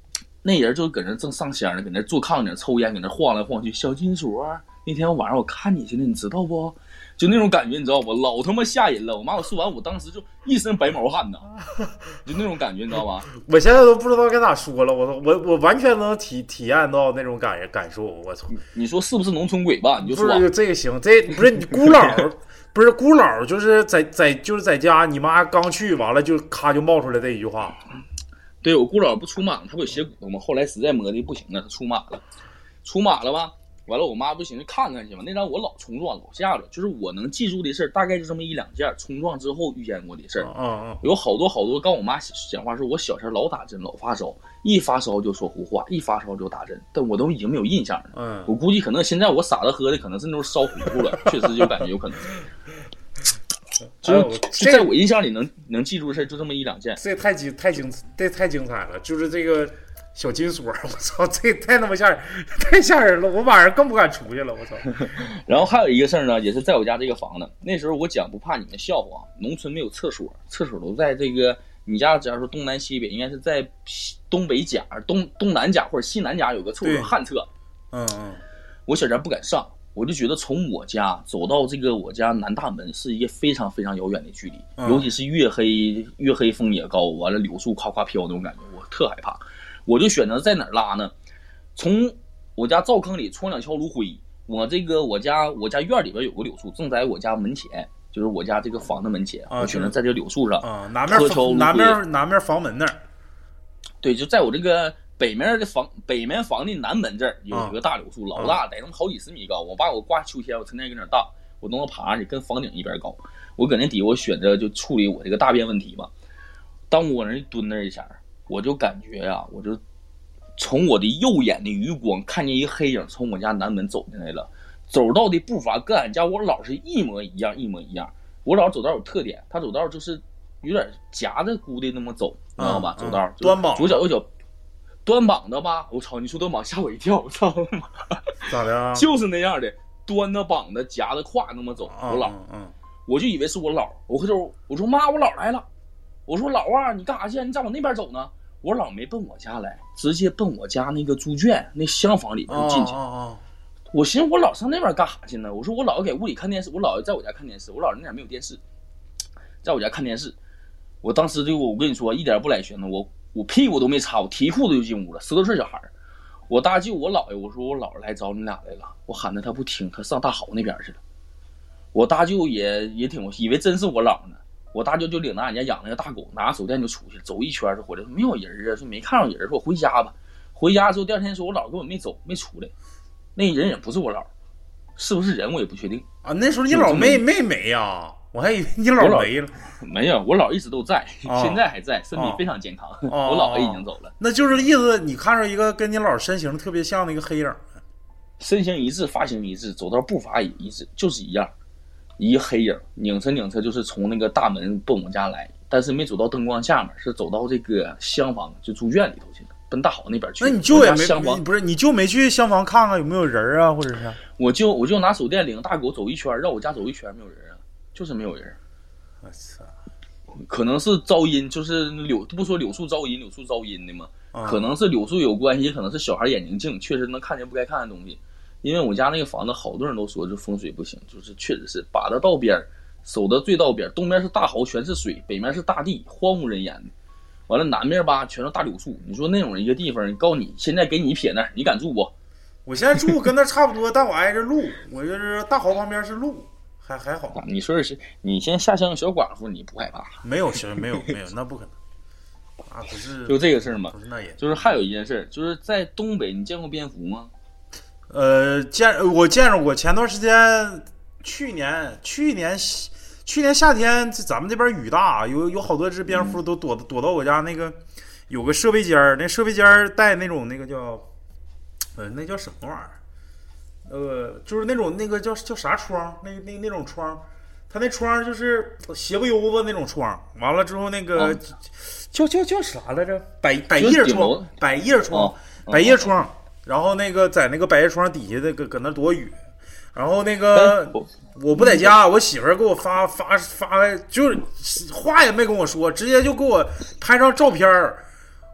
那人就搁那正上香呢，搁那坐炕顶抽烟，搁那晃来晃去。小金属，那天晚上我看你去了，你知道不？就那种感觉，你知道不？老他妈吓人了！我妈我说完，我当时就一身白毛汗呐，就那种感觉，你知道吧？ 我现在都不知道该咋说了，我完全能体验到那种感受。我操！ 你说是不是农村鬼吧？你就说不是这个行，这不是你孤老，不是孤老，就是在家，你妈刚去完了就咔就冒出来这一句话。 对，我姑姥不出马，她不有斜骨头吗？后来实在磨的不行了，她出马了吧？完了，我妈不行就看看去嘛。那张我老冲撞老吓着，就是我能记住的事大概就这么一两件冲撞之后遇见过的事儿。有好多。刚我妈讲话说，我小前老打针，老发烧，一发烧就说胡话，一发烧就打针，但我都已经没有印象了。我估计可能现在我傻的喝的可能是那种烧糊涂了，确实就感觉有可能。就在我印象里能记住的事就这么一两件。 这太精彩了，就是这个。小金锁，我操，这太他妈吓人，太吓人了！我晚上更不敢出去了，我操。 然后还有一个事儿呢，也是在我家这个房子。那时候我讲不怕你们笑话，农村没有厕所，厕所都在这个你家，假如说东南西北，应该是在东北角、东南角或者西南角有个厕所，旱厕。我小前不敢上，我就觉得从我家走到这个我家南大门是一个非常非常遥远的距离，尤其是月黑风也高，完了柳树夸夸飘那种感觉，我特害怕。我就选择在哪儿拉呢？从我家灶坑里冲2锹炉灰，我家院里边有个柳树，正在我家门前，就是我家这个房子门前，我选择在这个柳树上， 南面房门那儿， 对，就在我这个北面房的南门这儿有一个大柳树，老大，得能好几10米高。我把我挂秋千，我成天搁那儿荡，我都能爬上去，跟房顶一边高。我搁那底，我选择就处理我这个大便问题嘛。当我那蹲那一下，我就感觉呀，我就从我的右眼的余光看见一个黑影从我家南门走进来了，走道的步伐跟俺家我姥是一模一样。我姥走道有特点，他走道就是有点夹着箍的那么走，知道吧？走道端膀， 左脚右脚端膀的吧？我操！你说端膀吓我一跳，我操！ 咋的啊？ 就是那样的，端着膀的夹着胯那么走。我姥，我就以为是我姥，我回头我说妈，我姥来了。我说姥啊，你干啥去？你咋往那边走呢？我姥没奔我家来，直接奔我家那个猪圈那厢房里边就进去。我寻思我姥上那边干啥去呢？我说我姥给屋里看电视，我姥在我家看电视，我姥那点没有电视，在我家看电视。我当时就我跟你说一点不来悬的，我屁股都没擦，我提裤子就进屋了，10多岁小孩。我大舅我姥爷，我说我姥来找你俩来了，我喊他不听，他上大好那边去了。我大舅也挺以为真是我姥呢。我大舅就领着俺家养那个大狗，拿手电就出去走一圈就回来，说没有人啊，说没看着人，说我回家吧。回家之后第二天说我姥根本没走，没出来，那人也不是我姥，是不是人我也不确定啊。那时候你姥没呀？我还以为你姥没了。 没有，我姥一直都在，现在还在，身体非常健康。我姥爷已经走了。 那就是意思，你看着一个跟你姥身形特别像的一个黑影， 身形一致，发型一致，走到步伐也一致，就是一样。一黑影拧车就是从那个大门奔我家来，但是没走到灯光下面，是走到这个厢房就住院里头去了，奔大好那边去。 那你舅也没不是你舅没去厢房看看有没有人啊，或者是我就拿手电领大狗走一圈，绕我家走一圈，没有人啊，就是没有人。 我操， 可能是噪音，就是不说柳树噪音的嘛，可能是柳树有关系，也可能是小孩眼睛净，确实能看见不该看的东西。因为我家那个房子好多人都说这风水不行，就是确实是把它道边守的最道边，东边是大壕全是水，北面是大地荒无人烟的，完了南面吧全是大柳树。你说那种一个地方，告诉你现在给你撇那儿，你敢住不？ 我现在住跟那差不多，但我挨着路，我就是大壕旁边是路，还好。 你说的是你先下乡小寡妇，你不害怕？ 没有，那不可能啊，不是就这个事儿吗？ 不是那也， 就是还有一件事，就是在东北，你见过蝙蝠吗？ 我见着过，前段时间，去年夏天，咱们这边雨大，有好多只蝙蝠都躲到我家那个有个设备间，那设备间带那种那个叫，那叫什么玩意儿？就是那种那个叫啥窗？那种窗，它那窗就是斜不悠子那种窗。完了之后那个叫啥来着？百叶窗，百叶窗。然后那个在那个百叶窗底下那个搁那躲雨，然后那个我不在家，我媳妇儿给我发，就是话也没跟我说，直接就给我拍张照片。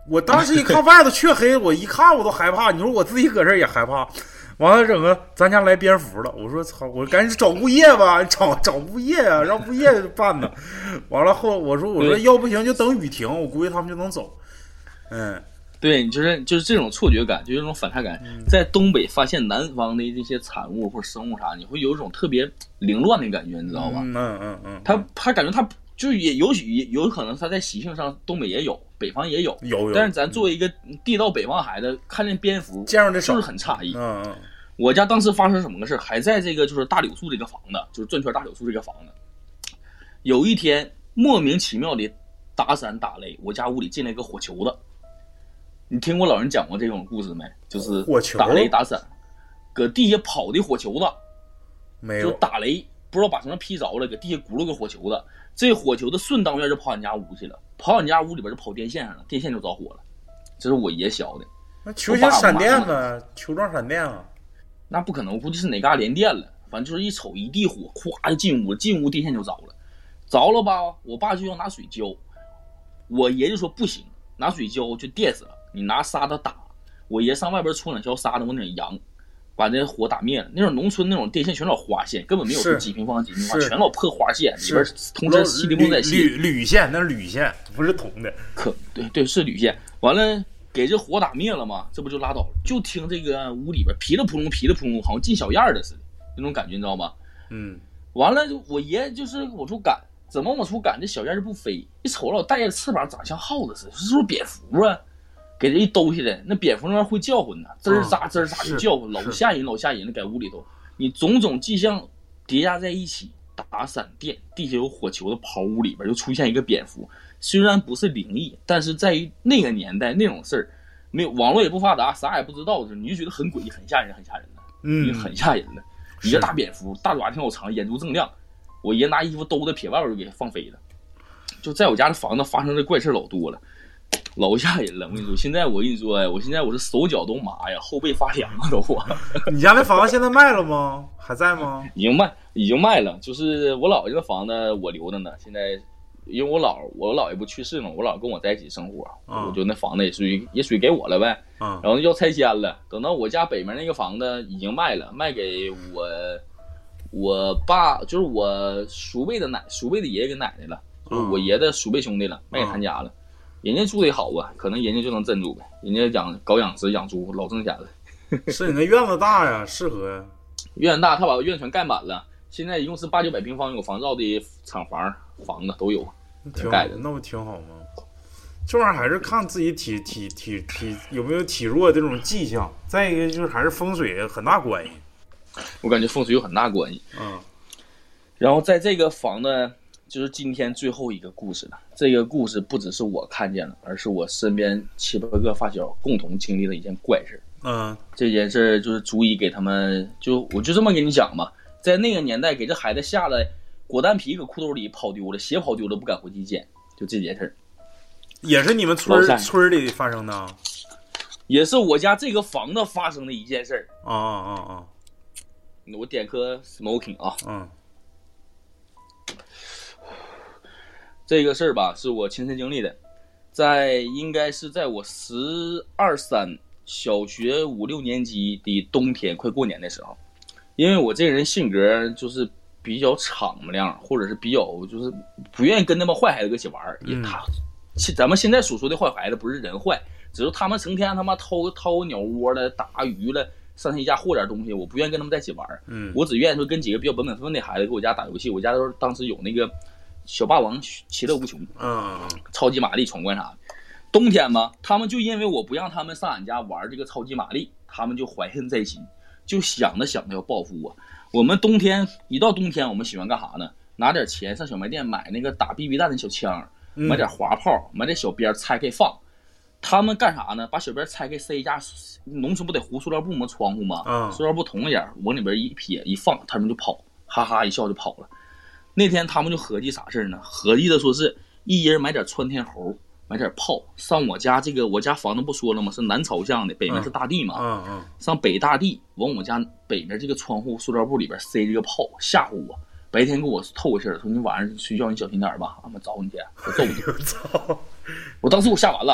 我当时一看外头黢黑，我一看我都害怕。你说我自己搁这也害怕。完了整个咱家来蝙蝠了，我说操，我赶紧找物业吧，找物业啊，让物业办呢。完了后我说要不行就等雨停，我估计他们就能走。 对，就是这种错觉感，就是这种反差感，在东北发现南方的这些产物或者生物啥，你会有一种特别凌乱的感觉，你知道吧？他感觉他就是也有可能他在习性上东北也有，北方也有，但是咱作为一个地道北方孩子，看见蝙蝠见着的就是很诧异。我家当时发生什么个事，还在这个就是大柳树这个房子，就是转圈大柳树这个房子，有一天莫名其妙的打闪打雷，我家屋里进来一个火球子。你听过老人讲过这种故事没？就是打雷打闪，搁地下跑的火球子， 没有， 就打雷不知道把什么劈着了，搁地下轱辘个火球子，这火球子顺当院就跑俺家屋去了，跑俺家屋里边就跑电线上了，电线就着火了。这是我爷学的。 那球形闪电呢？球状闪电啊？ 那不可能，我估计是哪嘎连电了。反正就是一瞅一地火，咵就进屋电线就着了，着了吧？我爸就要拿水浇，我爷就说不行，拿水浇就电死了，你拿沙子打。我爷上外边搓两条沙子往那扬，把这火打灭了。那种农村那种电线全老花线，根本没有说几平方几平方，全老破花线，里边通车稀里木在细。 铝线，那是铝线，不是铜的。 对是铝线。完了给这火打灭了嘛，这不就拉倒了？就听这个屋里边噼里扑通，好像进小燕的似的那种感觉，你知道吗？完了我爷就是往出赶，怎么往出赶？这小燕就不飞，一瞅老带着翅膀，长像耗子似的，是不是蝙蝠啊？给这一兜下来，那蝙蝠那边会叫唤呢，吱儿喳吱儿喳就叫唤，老吓人了，在屋里头，你种种迹象叠加在一起，打闪电，地下有火球子跑屋里边，就出现一个蝙蝠。虽然不是灵异，但是在于那个年代那种事儿，没有网络也不发达，啥也不知道的时候，你就觉得很诡异，很吓人的，很吓人的。一个大蝙蝠，大爪挺好长，眼珠锃亮，我爷拿衣服兜在撇外边就给放飞了。就在我家的房子发生的怪事老多了。老吓人了，我跟你说，现在我是手脚都麻呀，后背发凉了都。 你家那房子现在卖了吗？还在吗？ 已经卖了，就是我姥爷的房子我留着呢。现在因为我姥爷不去世了，我姥跟我在一起生活，我就那房子也属于给我了呗。然后要拆迁了，等到我家北面那个房子已经卖了，卖给我爸，就是我叔辈的爷爷跟奶奶了，就是我爷的叔辈兄弟了，卖给他家了。人家住的好啊，可能人家就能镇住呗。人家搞养殖养猪老挣钱了。 是你那院子大呀，适合呀。 院子大，他把院子全盖满了。现在一共是800-900平方，有房照的厂房子都有，盖的。 那不挺好吗？这玩意儿还是看自己体有没有体弱这种迹象。再一个就是还是风水很大关系。 我感觉风水有很大关系。然后在这个房子。就是今天最后一个故事了。这个故事不只是我看见了，而是我身边7-8个发小共同经历的一件怪事。这件事就是足以给他们，我就这么跟你讲吧，在那个年代给这孩子吓得果丹皮搁裤兜里跑丢了，鞋跑丢了不敢回去捡，就这件事。 也是你们村里发生的， 也是我家这个房子发生的一件事。我点颗 smoking 啊。这个事儿吧，是我亲身经历的，应该是在我12、13小学5、6年级的冬天，快过年的时候。因为我这个人性格就是比较敞亮，或者是比较就是不愿意跟那帮坏孩子一起玩。咱们现在所说的坏孩子不是人坏，只是他们成天他妈掏鸟窝了、打鱼了，上谁家获点东西，我不愿意跟他们在一起玩。我只愿意说跟几个比较本分的孩子给我家打游戏。我家当时有那个小霸王其乐无穷，超级玛丽闯关啥的。冬天嘛，他们就因为我不让他们上俺家玩这个超级玛丽，他们就怀恨在心，就想着要报复我。我们一到冬天，我们喜欢干啥呢？拿点钱上小卖店买那个打 BB 弹的小枪，买点滑炮，买点小鞭拆开放。他们干啥呢？把小鞭拆开塞一家，农村不得糊塑料布吗？窗户吗？塑料布捅一点，往里边一撇一放，他们就跑，哈哈一笑就跑了。那天他们就合计啥事呢？合计的说是一人买点窜天猴，买点炮，上我家房子不说了吗？是南朝向的，北面是大地嘛。上北大地，往我家北面这个窗户塑料布里边塞这个炮，吓唬我。白天给我透个气儿，说你晚上睡觉你小心点吧，俺们找你去，我揍你。我当时我吓完了，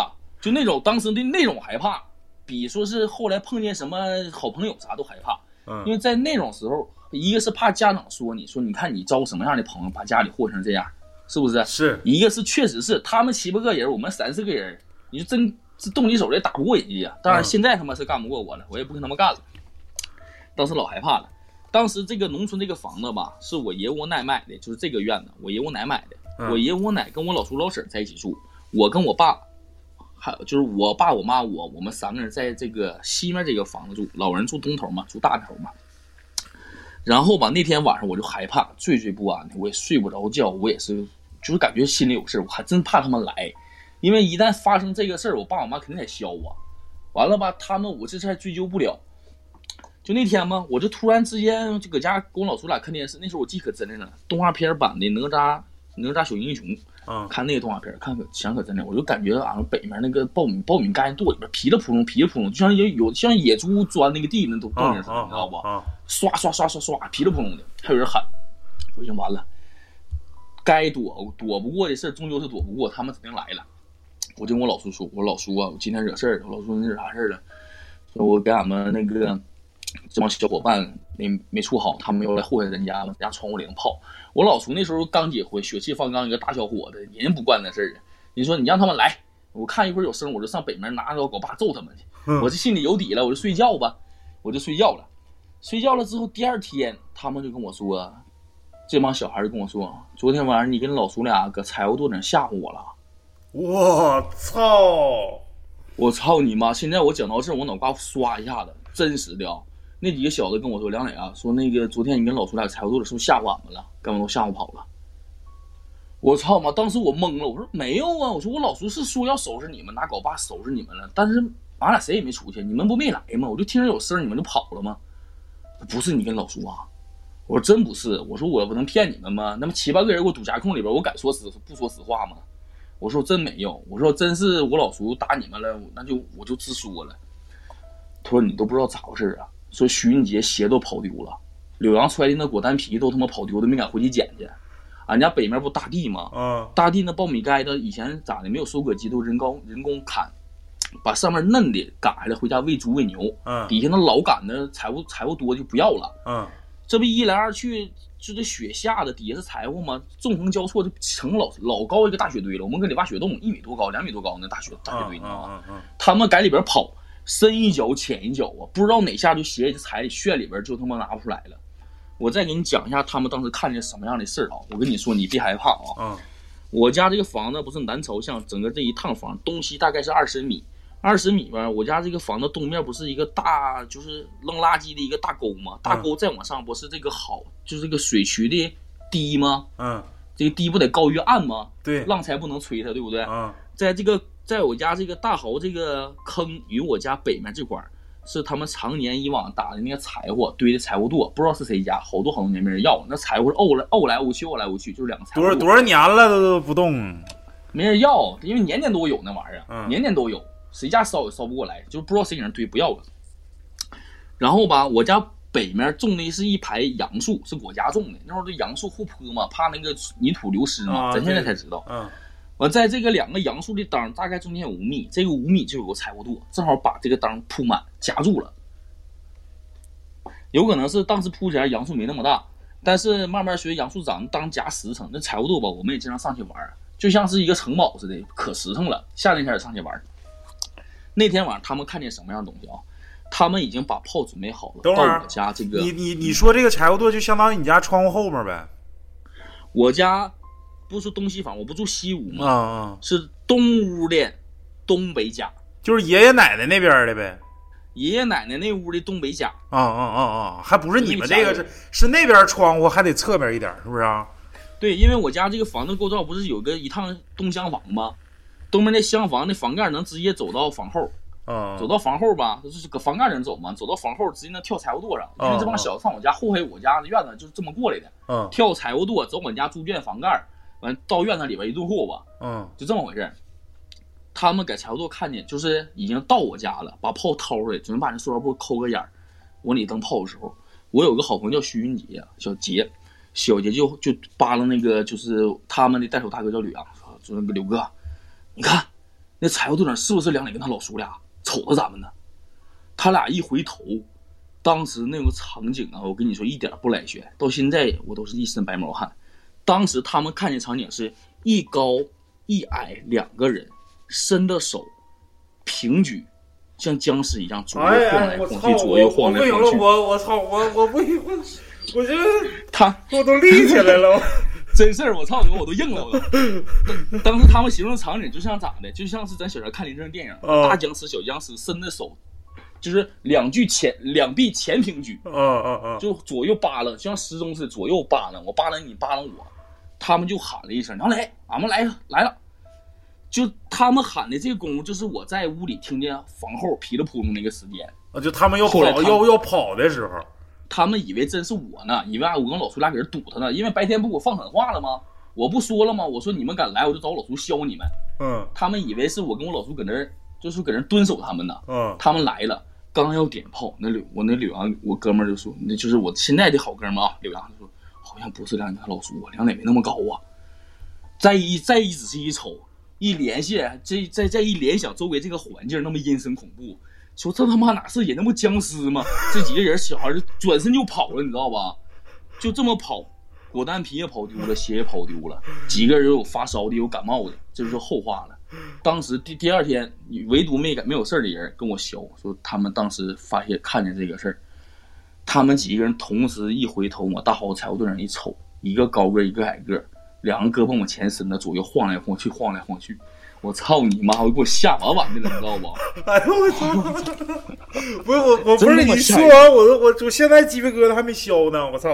就那种当时的那种害怕，比说是后来碰见什么好朋友啥都害怕。因为在那种时候，一个是怕家长说你看你招什么样的朋友，把家里祸成这样，是不是？ 是一个是确实是他们7、8个人，我们3、4个人，你就真是动起手来打不过人家呀。当然现在他妈是干不过我了，我也不跟他们干了。当时老害怕了。当时这个农村这个房子吧，是我爷我奶买的，就是这个院子，我爷我奶买的。我爷我奶跟我老叔老婶在一起住，我跟我爸，还有就是我爸我妈我们3个人在这个西面这个房子住，老人住东头嘛，住大头嘛。然后吧，那天晚上我就害怕，惴惴不安的，我也睡不着觉，我也是就是感觉心里有事，我还真怕他们来，因为一旦发生这个事儿，我爸我妈肯定得削我。完了吧，他们我这事还追究不了。就那天嘛，我就突然之间就搁家跟我老叔俩看电视，那时候我记可真的了，动画片版的哪吒小英雄，看那个动画片，看可真的，我就感觉俺们北面那个苞米杆垛里边噼里扑隆，就像像野猪钻那个地那都动静似的，你知道不？刷刷刷刷刷，噼里扑隆的，还有人喊，我已经完了，该躲不过的事终究是躲不过，他们指定来了。我就跟我老叔说，我说老叔啊，我今天惹事儿了。我老叔说你惹啥事儿了？我给俺们那个这帮小伙伴没处好，他们要来祸害人家嘛，人家窗户里能泡。我老叔那时候刚结婚，血气方刚，一个大小伙子，人不惯那事儿。你说你让他们来，我看一会儿有声，我就上北面拿着镐把揍他们去。我这心里有底了，我就睡觉吧，我就睡觉了。睡觉了之后，第2天他们就跟我说，这帮小孩就跟我说，昨天晚上你跟老叔俩搁柴火垛顶吓唬我了。 我操！ 我操你妈！现在我讲到这儿，我脑瓜刷一下子，真实的啊！那几个小子跟我说，梁磊啊，说那个昨天你跟老叔俩柴火垛是不是吓唬俺们了？给我们都吓唬跑了。我操妈！当时我懵了，我说没有啊，我说我老叔是说要收拾你们，拿镐把收拾你们了，但是俺俩谁也没出去，你们不没来吗？我就听着有声，你们就跑了吗？不是你跟老叔啊？我说真不是，我说我不能骗你们吗？那么7、8个人给我堵夹空里边，我敢不说实话吗？我说真没有，我说真是我老叔打你们了，那就我就直说了。他说你都不知道咋回事啊？说徐云杰鞋都跑丢了，柳阳揣的那果丹皮都他妈跑丢的，没敢回去捡去。俺家北面不大地吗？大地那苞米杆子以前咋的没有收割机，都人工砍，把上面嫩的赶下来回家喂猪喂牛。底下那老杆的柴火多就不要了。这不一来二去。就这雪下的底下是柴火吗？纵横交错就成老高一个大雪堆了。我们搁里挖雪洞1米多高2米多高那大雪堆，你知道吗？他们在里边跑，深一脚浅一脚啊，不知道哪下就鞋就踩里旋里边就他妈拿不出来了。我再给你讲一下他们当时看见什么样的事啊！我跟你说，你别害怕啊。我家这个房子不是南朝向，整个这一趟房东西大概是20米。20米吧，我家这个房子东面不是一个大，就是扔垃圾的一个大沟吗？大沟再往上不是这个就是这个水渠的堤吗？这个堤不得高于岸吗？ 对， 浪才不能吹它，对不对？在我家这个大壕这个坑与我家北面这块是他们常年以往打的那个柴火堆的柴火垛，不知道是谁家，好多年没人要了。那柴火是沤来沤去，就是2个柴火。 多少年了都不动， 没人要，因为年年都有那玩意儿，年年都有。谁家烧也烧不过来，就是不知道谁给人堆不要了。然后吧，我家北面种的是一排杨树，是我家种的。那时候这杨树护坡嘛，怕那个泥土流失嘛，咱现在才知道。我在这个2个杨树的当大概中间有5米，这个5米就有个柴火垛，正好把这个当铺满夹住了。有可能是当时铺起来杨树没那么大，但是慢慢随着杨树长，当夹实诚。那柴火垛吧，我们也经常上去玩，就像是一个城堡似的，可实诚了。夏天开始上去玩。那天晚上他们看见什么样的东西啊？他们已经把炮准备好了。 等会儿， 到我家这个， 你说这个柴火垛就相当于你家窗户后面呗？ 我家不是东西房，我不住西屋吗？是东屋的东北角， 就是爷爷奶奶那边的呗。 爷爷奶奶那屋的东北角。 还不是你们这个是那边窗户还得侧边一点，是不是啊？ 对，因为我家这个房子构造不是有一趟东厢房吗？东面那厢房的房盖能直接走到房后，走到房后吧，就是搁房盖能走嘛，走到房后直接能跳柴火垛上。因为这帮小子上我家后黑我家的院子就是这么过来的，跳柴火垛走我家猪圈房盖，完到院子里边一顿霍吧，就这么回事。他们在柴火垛看见，就是已经到我家了，把炮掏出来，准备把那塑料布抠个眼儿。往里蹬炮的时候，我有个好朋友叫徐云杰，小杰就扒拉那个，就是他们的带手大哥叫吕阳，说那个刘哥。你看， 那财务队长是不是两脸跟他老叔俩瞅着咱们呢？他俩一回头，当时那个场景啊，我跟你说一点不来玄，到现在我都是一身白毛汗。当时他们看见场景是一高一矮两个人，伸的手平举，像僵尸一样左右晃来晃去，左右晃来晃去。 我操！我不行，我觉得我都立起来了。 真事儿，我操你，我都硬了。当时他们形容场景就像咋的，就像是咱小时候看林正电影，大僵尸小僵尸伸的手，就是两臂前平举，就左右扒拉，就像失踪似的，左右扒拉，我扒拉你，扒拉我。他们就喊了一声：“杨磊，俺们来了！”就他们喊的这个功夫，就是我在屋里听见房后噼里扑通那个时间啊，就他们要跑的时候。 他们以为真是我呢，以为我跟老苏俩搁这堵他呢，因为白天不给我放狠话了吗？我不说了吗？我说你们敢来，我就找老苏削你们。他们以为是我跟我老苏搁那儿，就是搁那蹲守他们呢。他们来了，刚要点炮，我那柳阳，我哥们儿就说，那就是我现在的好哥们儿啊，柳阳就说，好像不是两脸老苏啊，两脸没那么高啊。再一仔细一瞅，一联系，再一联想周围这个环境那么阴森恐怖。说这他妈哪是人，那不僵尸吗？这几个人小孩就转身就跑了，你知道吧？就这么跑，果丹皮也跑丢了，鞋也跑丢了，几个人有发烧的，有感冒的，这就是后话了。当时第二天，唯独没有事的人跟我削，说他们当时发现看见这个事儿，他们几个人同时一回头，我大号财务队长一瞅，一个高个一个矮个，两个胳膊往前伸的，左右晃来晃去，晃来晃去。我操你妈！我给我吓完的了，你知道不？ 哎呦我操！不是我不是你说完我现在鸡皮疙瘩还没消呢，我操！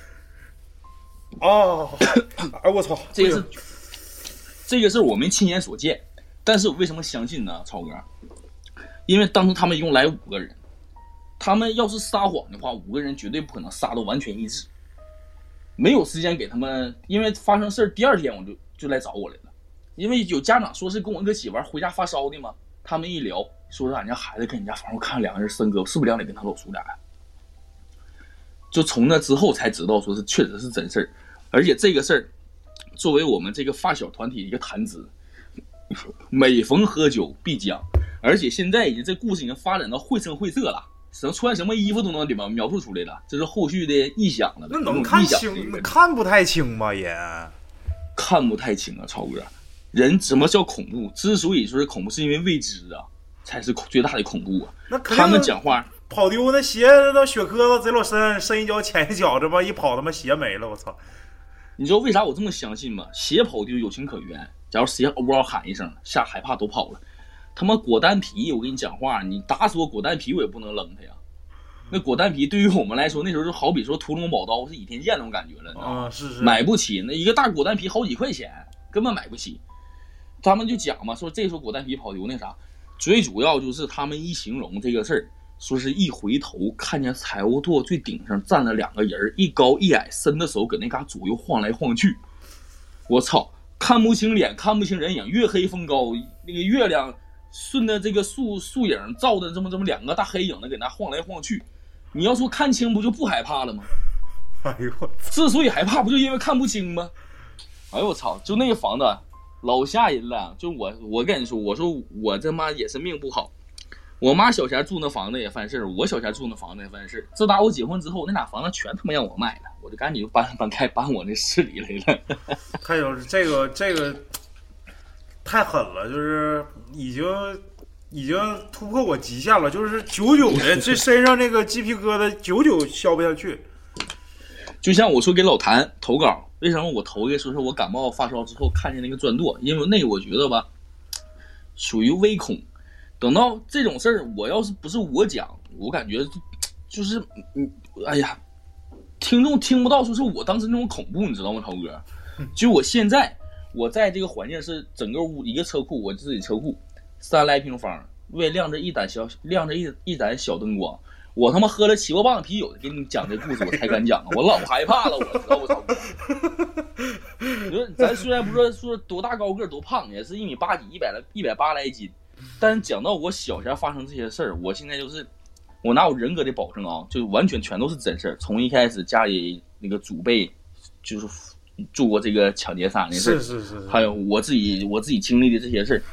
啊！哎我操！ 这个是我没亲眼所见，但是我为什么相信呢？超哥，因为当时他们一共来5个人，他们要是撒谎的话，5个人绝对不可能撒到完全一致，没有时间给他们，因为发生事第二天我就来找我来了。因为有家长说是跟我一起玩回家发烧的嘛，他们一聊说是俺家孩子跟你家房屋看2个人伸胳膊，是不是两脸跟他老叔俩呀？就从那之后才知道说是确实是真事儿，而且这个事儿作为我们这个发小团体一个谈资，每逢喝酒必讲，而且现在已经这故事已经发展到绘声绘色了，穿什么衣服都能描述出来了，这是后续的臆想了。 那能看清？看不太清吧也。 看不太清啊，超哥。人什么叫恐怖？之所以说是恐怖，是因为未知啊，才是最大的恐怖啊。 那他们讲话跑丢那鞋，那血磕子贼老深，伸一脚浅一脚，这么一跑他妈鞋没了，我操！ 你知道为啥我这么相信吗？鞋跑丢有情可原，假如鞋嗷喊一声，吓害怕都跑了。他妈果丹皮，我跟你讲话，你打死我果丹皮我也不能扔它呀。那果丹皮对于我们来说，那时候就好比说屠龙宝刀是倚天剑那种感觉了，你知道吗？ 是买不起，那一个大果丹皮好几块钱，根本买不起。他们就讲嘛，说这时候果丹皮跑丢那啥，最主要就是他们一形容这个事儿，说是一回头看见财务垛最顶上站了2个人，一高一矮，伸的手搁那嘎左右晃来晃去。我操，看不清脸，看不清人影，月黑风高，那个月亮顺着这个树影照的这么2个大黑影的搁那晃来晃去。你要说看清不就不害怕了吗？ 哎呦我操！ 之所以害怕，不就因为看不清吗？哎呦我操！就那个房子老吓人了。就我跟你说，我说我这妈也是命不好。我妈小前住那房子也犯事，我小前住那房子也犯事。自打我结婚之后，那俩房子全他妈让我卖了，我就赶紧就搬我那市里来了。 太有这个太狠了，就是已经突破我极限了，就是久的这身上这个鸡皮疙瘩久消不下去。 就像我说给老谭投稿，为什么我投的说是我感冒发烧之后看见那个钻垛，因为那个我觉得吧属于微恐，等到这种事儿我要是不是我讲，我感觉就是哎呀，听众听不到说是我当时那种恐怖，你知道吗，超哥？就我现在我在这个环境是整个屋一个车库，我自己车库3来平方，为亮着一盏小灯光。我他妈喝了7、8磅啤酒，给你讲这故事我才敢讲，我老害怕了，我知道我操！你说咱虽然不说多大高个多胖，也是1.8米几180来斤，但是讲到我小前发生这些事儿，我现在就是我拿我人格的保证啊，就完全都是真事儿。从一开始家里那个祖辈就是做过这个抢劫杀的事， 是， 还有我自己经历的这些事儿，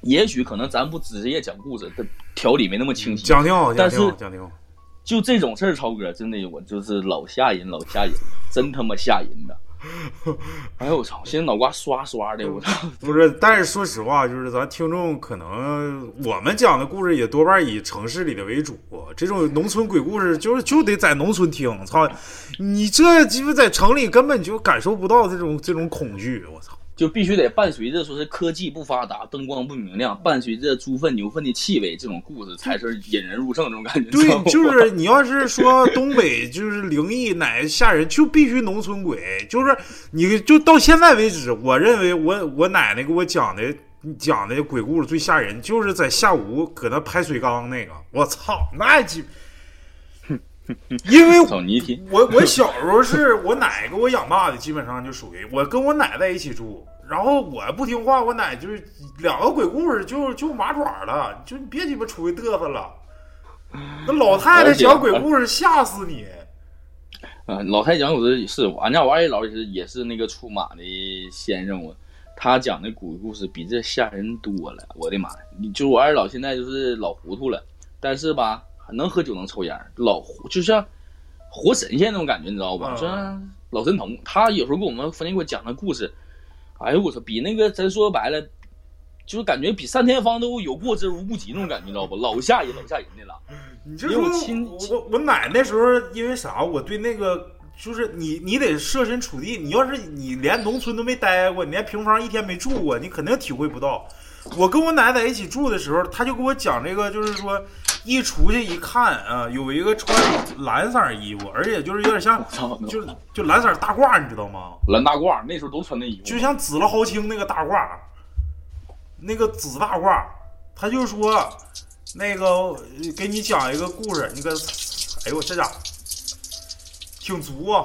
也许可能咱不直接讲故事，条理没那么清晰， 讲挺好， 但是讲挺好。 就这种事儿，超哥真的我就是老吓人，真他妈吓人的。哎呦我操！现在脑瓜刷刷的，我操！ 不是，但是说实话，就是咱听众可能我们讲的故事也多半以城市里的为主，这种农村鬼故事就得在农村听。操，你这鸡巴在城里根本就感受不到这种恐惧，我操！ 就必须得伴随着说是科技不发达，灯光不明亮，伴随着猪粪牛粪的气味，这种故事才是引人入胜这种感觉。 对，就是你要是说东北就是灵异哪吓人，就必须农村鬼。就是你就到现在为止，我认为我奶奶给我讲的鬼故事最吓人，就是在下午搁那拍水缸那个，我操，那鸡。因为我小时候是我奶给我养大的，基本上就属于我跟我奶在一起住，然后我不听话，我奶就是2个鬼故事就麻爪了，就你别鸡巴出去嘚瑟了。那老太太讲鬼故事吓死你。 老太太讲故事是俺家我二老也是那个出马的先生，他讲的鬼故事比这吓人多了，我的妈！就我二老现在就是老糊涂了，但是吧。能喝酒能抽烟，就像活神仙那种感觉，你知道吧？说老神童，他有时候给我们给我讲的故事，哎呦我操，比那个咱说白了，就是感觉比单田芳都有过之而无不及那种感觉，你知道不？老吓人的了。 你就说我奶那时候因为啥？我对那个就是你得设身处地，你要是你连农村都没待过，你连平房一天没住过，你肯定体会不到。我跟我奶在一起住的时候，他就给我讲这个，就是说。一出去一看啊，有一个穿蓝色衣服，而且就是有点像，就蓝色大褂，你知道吗？ 蓝大褂那时候都穿那衣服， 就像紫了豪青那个大褂，那个紫大褂。他就说，那个给你讲一个故事，那个，哎呦，这家伙挺足啊！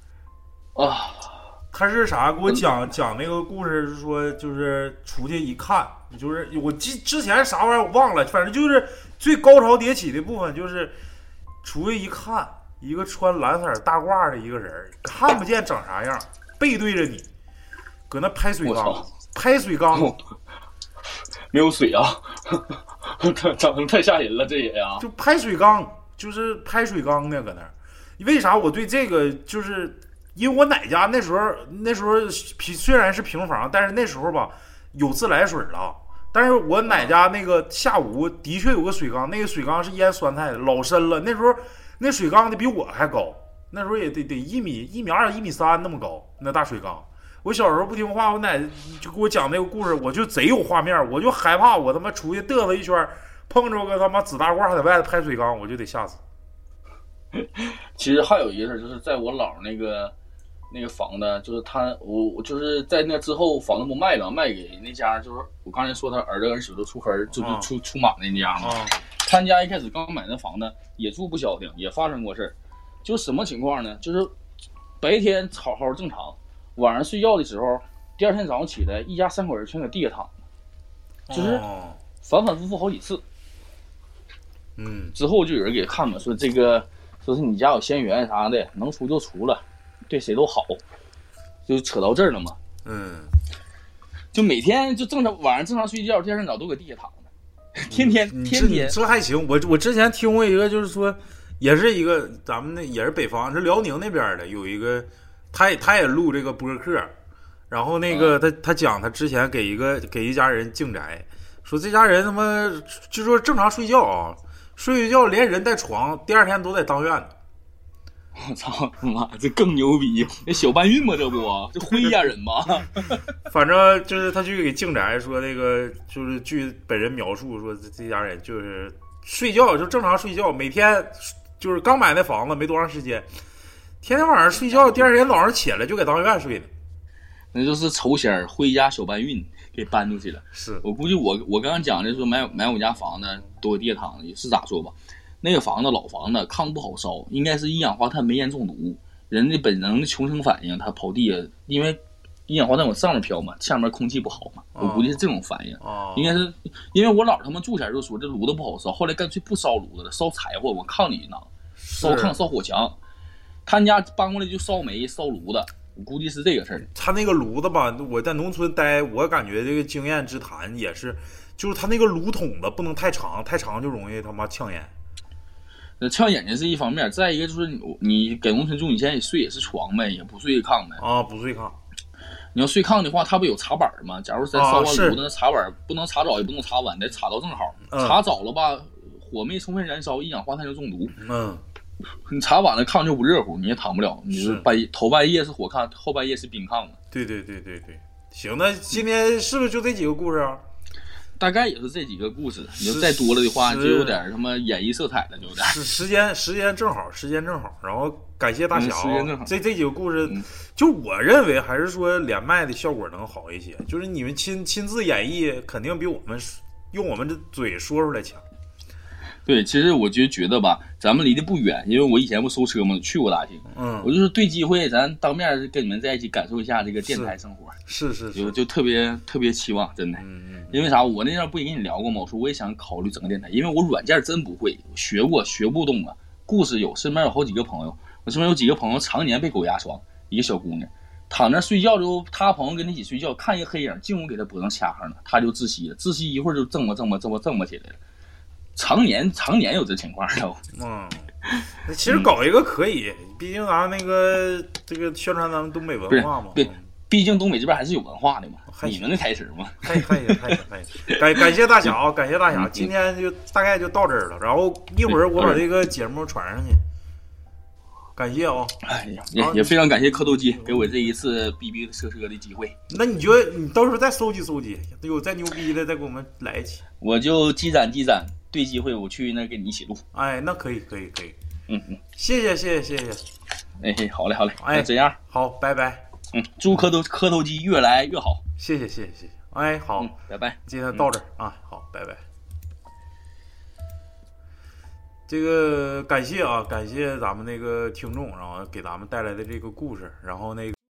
他是啥？给我讲那个故事，是说就是出去一看，就是我之前啥玩意儿我忘了，反正就是最高潮迭起的部分，就是出去一看，一个穿蓝色大褂的一个人，看不见长啥样，背对着你，搁那拍水缸， 没有水啊，长得太吓人了，这也啊， 就拍水缸，就是拍水缸呢，搁那儿。为啥我对这个就是？因为我奶家那时候虽然是平房，但是那时候吧有自来水了。但是我奶家那个下午的确有个水缸，那个水缸是腌酸菜的，老深了。那时候那水缸的比我还高，那时候也得1.2米、1.3米那么高，那大水缸。我小时候不听话，我奶就给我讲那个故事，我就贼有画面，我就害怕我他妈出去嘚瑟一圈，碰着个他妈紫大褂在外头拍水缸，我就得吓死。 其实还有一个事，就是在我姥那个房子，就是我就是在那之后房子不卖了，卖给那家，就是我刚才说他儿子儿媳妇都出坑，就是出马那家嘛。他家一开始刚买那房子也住不消停，也发生过事儿。就什么情况呢？就是白天好好正常，晚上睡觉的时候，第二天早上起来，一家3口人全搁地下躺着，就是反反复复好几次。之后就有人给看嘛，说这个说是你家有仙缘啥的，能出就出了。对谁都好，就扯到这儿了嘛。就每天就晚上正常睡觉，第二天早都搁地下躺着，天天。 这还行。我之前听过一个，就是说，也是一个咱们那也是北方，是辽宁那边的，有一个他也录这个播客，然后那个他讲他之前给一家人敬宅，说这家人他妈就说正常睡觉啊，睡觉连人带床，第二天都在当院呢。 我操妈，这更牛逼！那小搬运吗？这不，这灰家人吗？ 反正就是他去给敬宅说那个，就是据本人描述说，这家人就是睡觉就正常睡觉，每天就是刚买那房子没多长时间，天天晚上睡觉，第二天早上起来就给当院睡的。 那就是抽仙儿灰家小搬运给搬出去了。 是我估计我刚刚讲的说买我家房子多地躺也是咋说吧。那个房子老房子炕不好烧，应该是一氧化碳煤烟中毒，人的本能的穷生反应，他跑地下，因为一氧化碳往上面飘嘛，下面空气不好嘛，我估计是这种反应。应该是因为我姥他们住前就说这炉子不好烧，后来干脆不烧炉子了，烧柴火往炕里弄，烧炕烧火墙，他家搬过来就烧煤烧炉子，我估计是这个事儿。 他那个炉子吧，我在农村待，我感觉这个经验之谈也是， 就是它那个炉筒子不能太长，太长就容易他妈呛眼。 呛眼睛是一方面，再一个就是你给农村住，你现在睡也是床呗，也不睡炕呗。 啊，不睡炕。 你要睡炕的话，它不有插板吗？假如咱烧完炉的那插板不能插早也不能插晚，得插到正好。插早了吧，火没充分燃烧，一氧化碳就中毒。你插晚了炕就不热乎，你也躺不了。你是头半夜是火炕，后半夜是冰炕嘛。 对。行，那今天是不是就这几个故事啊？ 大概也是这几个故事，你要再多了的话，就有点什么演绎色彩了，就有点。 时间正好。然后感谢大侠这几个故事，就我认为还是说连麦的效果能好一些，就是你们亲自演绎，肯定比我们用我们的嘴说出来强。 对，其实我就觉得吧，咱们离得不远，因为我以前不收车嘛，去过大兴。我就是对机会，咱当面跟你们在一起感受一下这个电台生活。 是， 就特别期望，真的。因为啥？我那阵不也跟你聊过吗？我说我也想考虑整个电台，因为我软件真不会，学不动啊。故事有，身边有好几个朋友，我身边有几个朋友常年被狗压床，一个小姑娘躺那睡觉之后，她朋友跟她一起睡觉，看一个黑影进屋给她脖上掐上了，她就窒息了，窒息一会儿就这么起来了。常年有这情况都。 其实搞一个可以，毕竟咱那个这个宣传咱们东北文化嘛。 对，毕竟东北这边还是有文化的嘛。你们的台词嘛。 还行。感谢大侠啊，感谢大侠，今天就大概就到这儿了。然后一会儿我把这个节目传上去。感谢啊！ 哎呀，也非常感谢磕头机给我这一次逼逼车的机会。 那你觉得你到时候再搜集，有再牛逼的再给我们来一期。 我就积攒，对机会我去那跟你一起录。 哎，那可以。谢谢。 哎，好嘞。哎，这样好，拜拜。 祝磕头机越来越好。 谢谢。哎，好， 拜拜。 今天到这儿啊，好，拜拜。这个感谢咱们那个听众，然后给咱们带来的这个故事，然后那个。